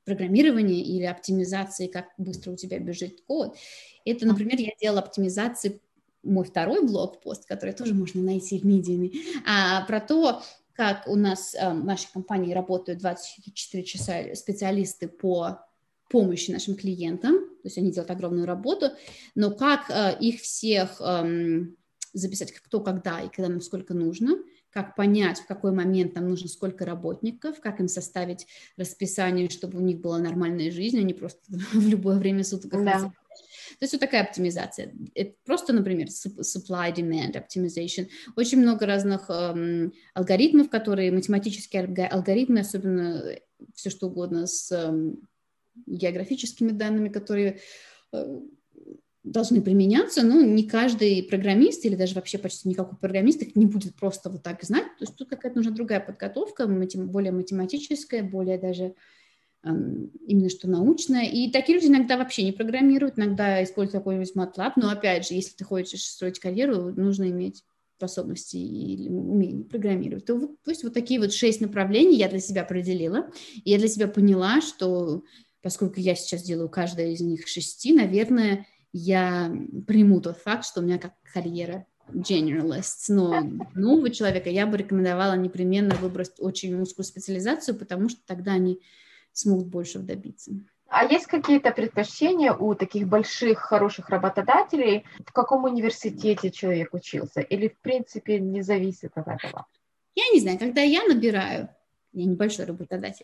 программирования или оптимизации, как быстро у тебя бежит код. Это, например, я делала оптимизации, мой второй блог-пост, который тоже можно найти в Medium, а, про то, как у нас а, в нашей компании работают двадцать четыре часа специалисты по помощи нашим клиентам, то есть они делают огромную работу, но как а, их всех а, записать, кто, когда и когда нам сколько нужно, как понять, в какой момент нам нужно сколько работников, как им составить расписание, чтобы у них была нормальная жизнь, а не просто в любое время суток. Да. То есть вот такая оптимизация. Это просто, например, supply-demand optimization. Очень много разных эм, алгоритмов, которые, математические алгоритмы, особенно все что угодно с эм, географическими данными, которые э, должны применяться, но не каждый программист или даже вообще почти никакой программист их не будет просто вот так знать. То есть тут какая-то нужна другая подготовка, более математическая, более даже эм, именно что научная. И такие люди иногда вообще не программируют, иногда используют какой-нибудь MATLAB, но опять же, если ты хочешь строить карьеру, нужно иметь способности и умение программировать. То, вот, то есть вот такие вот шесть направлений я для себя определила, и я для себя поняла, что поскольку я сейчас делаю каждое из них шести, наверное, я приму тот факт, что у меня как карьера generalist, но нового человека я бы рекомендовала непременно выбрать очень узкую специализацию, потому что тогда они смогут больше добиться. А есть какие-то предпочтения у таких больших, хороших работодателей, в каком университете человек учился? Или, в принципе, не зависит от этого? Я не знаю, когда я набираю, я небольшой работодатель,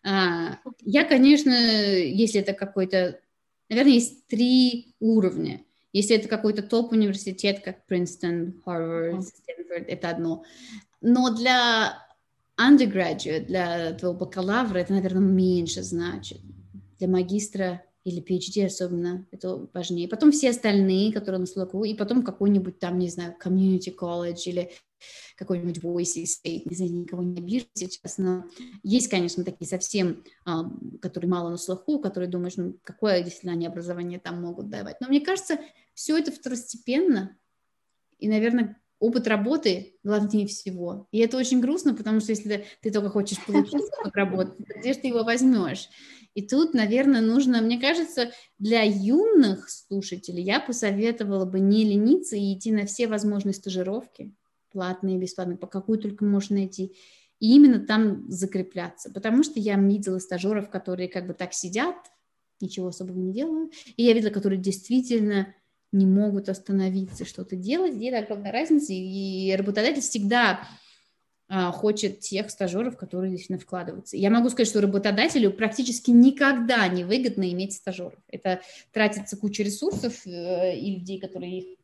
я, конечно, если это какой-то, наверное, есть три уровня. Если это какой-то топ-университет, как Принстон, Харвард, Стэнфорд, это одно. Но для undergraduate, для твоего бакалавра, это, наверное, меньше значит. Для магистра или пи эйч ди особенно это важнее. Потом все остальные, которые на слуху, и потом какой-нибудь там, не знаю, community college или какой-нибудь Boise State, не знаю, никого не обижу сейчас, но есть, конечно, такие совсем, um, которые мало на слуху, которые думаешь, ну, какое действительно они образование там могут давать. Но мне кажется, все это второстепенно, и, наверное, опыт работы главнее всего. И это очень грустно, потому что если ты только хочешь получить опыт работы, где же ты его возьмешь? И тут, наверное, нужно, мне кажется, для юных слушателей я посоветовала бы не лениться и идти на все возможные стажировки, платные, бесплатные, по какую только можно найти, и именно там закрепляться. Потому что я видела стажеров, которые как бы так сидят, ничего особого не делают, и я видела, которые действительно не могут остановиться, что-то делать, и это огромная разница, и работодатель всегда а, хочет тех стажеров, которые действительно вкладываются. Я могу сказать, что работодателю практически никогда не выгодно иметь стажеров. Это тратится куча ресурсов э, и людей, которые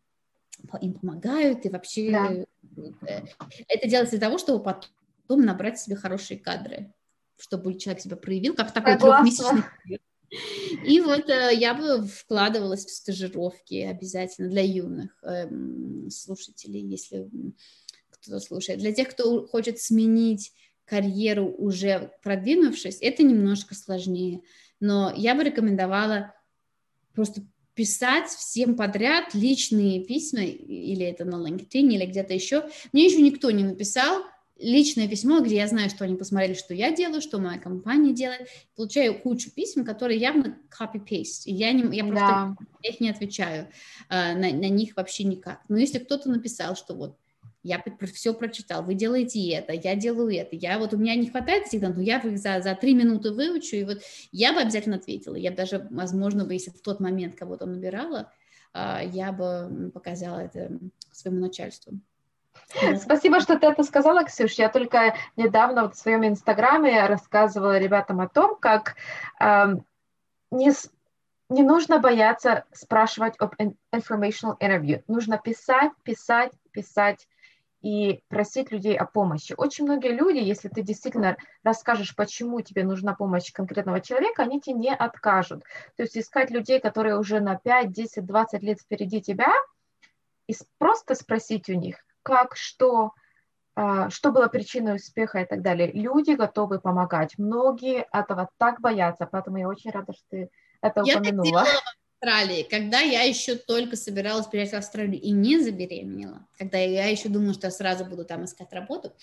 им помогают, и вообще да. Это делается для того, чтобы потом набрать себе хорошие кадры, чтобы человек себя проявил, как такой трехмесячный период. И вот э, я бы вкладывалась в стажировки обязательно для юных э, слушателей, если кто-то слушает. Для тех, кто хочет сменить карьеру, уже продвинувшись, это немножко сложнее. Но я бы рекомендовала просто писать всем подряд личные письма, или это на LinkedIn, или где-то еще. Мне еще никто не написал личное письмо, где я знаю, что они посмотрели, что я делаю, что моя компания делает. Получаю кучу писем, которые явно copy-paste. И я, не, я просто да. я их не отвечаю на, на них вообще никак. Но если кто-то написал, что вот я все прочитал, вы делаете это, я делаю это, я вот у меня не хватает всегда, но я их за, за три минуты выучу, и вот я бы обязательно ответила. Я бы даже, возможно, бы, если в тот момент кого-то набирала, я бы показала это своему начальству. Спасибо, что ты это сказала, Ксюш. Я только недавно вот в своем инстаграме рассказывала ребятам о том, как э, не, не нужно бояться спрашивать об informational interview. Нужно писать, писать, писать и просить людей о помощи. Очень многие люди, если ты действительно расскажешь, почему тебе нужна помощь конкретного человека, они тебе не откажут. То есть искать людей, которые уже на пять, десять, двадцать лет впереди тебя, и просто спросить у них, как, что, что было причиной успеха и так далее. Люди готовы помогать. Многие этого так боятся, поэтому я очень рада, что ты это я упомянула. Я в Австралии, когда я еще только собиралась приехать в Австралию и не забеременела, когда я еще думала, что я сразу буду там искать работу,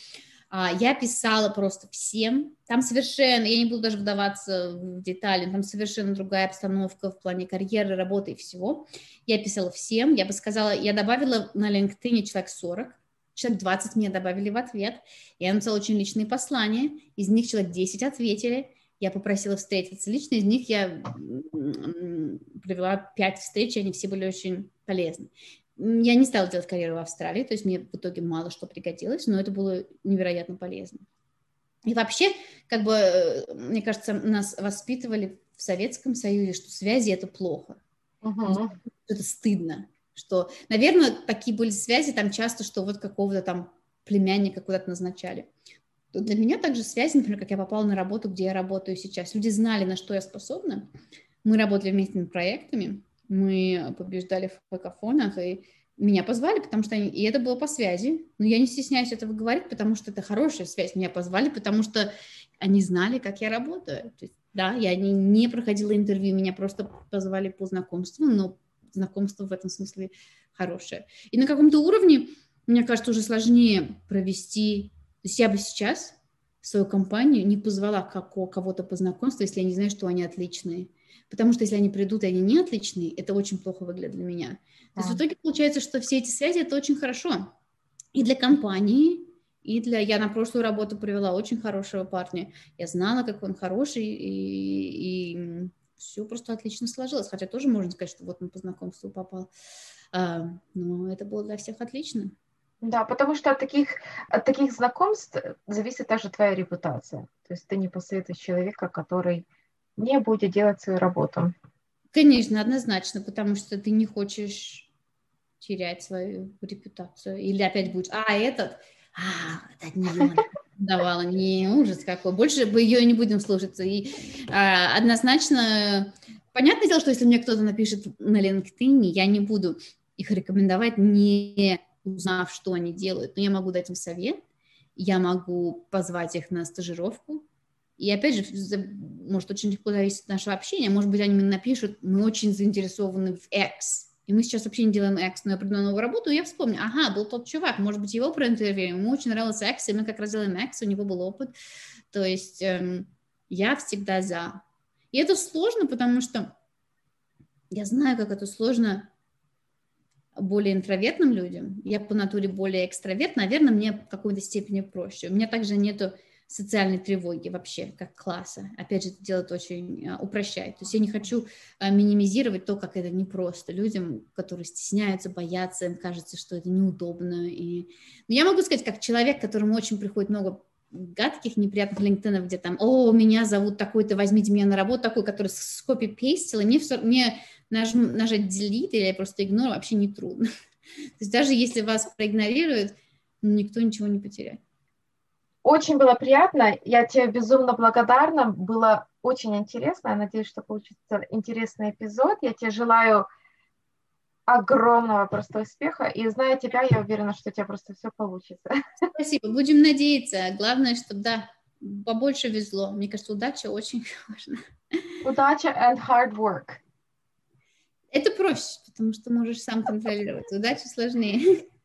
Я писала просто всем. Там совершенно, я не буду даже вдаваться в детали, там совершенно другая обстановка в плане карьеры, работы и всего. Я писала всем, я бы сказала, я добавила на LinkedIn человек сорок, человек двадцать мне добавили в ответ. Я написала очень личные послания, из них человек десять ответили. Я попросила встретиться лично, из них я провела пять встреч, и они все были очень полезны. Я не стала делать карьеру в Австралии, то есть мне в итоге мало что пригодилось, но это было невероятно полезно. И вообще, как бы, мне кажется, нас воспитывали в Советском Союзе, что связи – это плохо, uh-huh. это стыдно, что, наверное, такие были связи там часто, что вот какого-то там племянника куда-то назначали. Для меня также связи, например, как я попала на работу, где я работаю сейчас. Люди знали, на что я способна. Мы работали вместе над проектами, мы побеждали в хакафонах, и меня позвали, потому что они... И это было по связи. Но я не стесняюсь этого говорить, потому что это хорошая связь. Меня позвали, потому что они знали, как я работаю. То есть, да, я не, не проходила интервью, меня просто позвали по знакомству, но знакомство в этом смысле хорошее. И на каком-то уровне, мне кажется, уже сложнее провести... То есть я бы сейчас свою компанию не позвала кого-то по знакомству, если я не знаю, что они отличные. Потому что если они придут, и они не отличные, это очень плохо выглядит для меня. То есть в итоге получается, что все эти связи – это очень хорошо. И для компании, и для... Я на прошлую работу привела очень хорошего парня. Я знала, как он хороший, и, и все просто отлично сложилось. Хотя тоже можно сказать, что вот он по знакомству попал. А, но это было для всех отлично. Да, потому что от таких, от таких знакомств зависит также твоя репутация. То есть ты не посоветуешь человека, который не будет делать свою работу. Конечно, однозначно, потому что ты не хочешь терять свою репутацию. Или опять будешь, а, этот, а, это от нее давала, не, ужас какой. Больше бы ее не будем слушаться. И а, однозначно, понятное дело, что если мне кто-то напишет на LinkedIn, я не буду их рекомендовать, не узнав, что они делают. Но я могу дать им совет, я могу позвать их на стажировку. И опять же, может очень легко зависеть от нашего общения. Может быть, они мне напишут, мы очень заинтересованы в X. И мы сейчас вообще не делаем X, но я приду на новую работу, и я вспомню, ага, был тот чувак, может быть, его проинтервьюем, ему очень нравился X, и мы как раз делаем X, у него был опыт. То есть эм, я всегда за. И это сложно, потому что я знаю, как это сложно более интровертным людям. Я по натуре более экстраверт, наверное, мне в какой-то степени проще. У меня также нету социальной тревоги вообще, как класса. Опять же, это делает очень а, упрощает. То есть я не хочу а, минимизировать то, как это непросто людям, которые стесняются, боятся, им кажется, что это неудобно. И... Но я могу сказать, как человек, которому очень приходит много гадких, неприятных линкдинов, где там, о, меня зовут такой-то, возьмите меня на работу, такой, который скопи-пейстил, и мне, все, мне наж, нажать delete или просто ignore вообще не трудно. То есть даже если вас проигнорируют, никто ничего не потеряет. Очень было приятно, я тебе безумно благодарна, было очень интересно, я надеюсь, что получится интересный эпизод, я тебе желаю огромного просто успеха, и зная тебя, я уверена, что у тебя просто все получится. Спасибо, будем надеяться, главное, чтобы, да, побольше везло, мне кажется, удача очень важна. Удача and hard work. Это проще, потому что можешь сам контролировать, удача сложнее.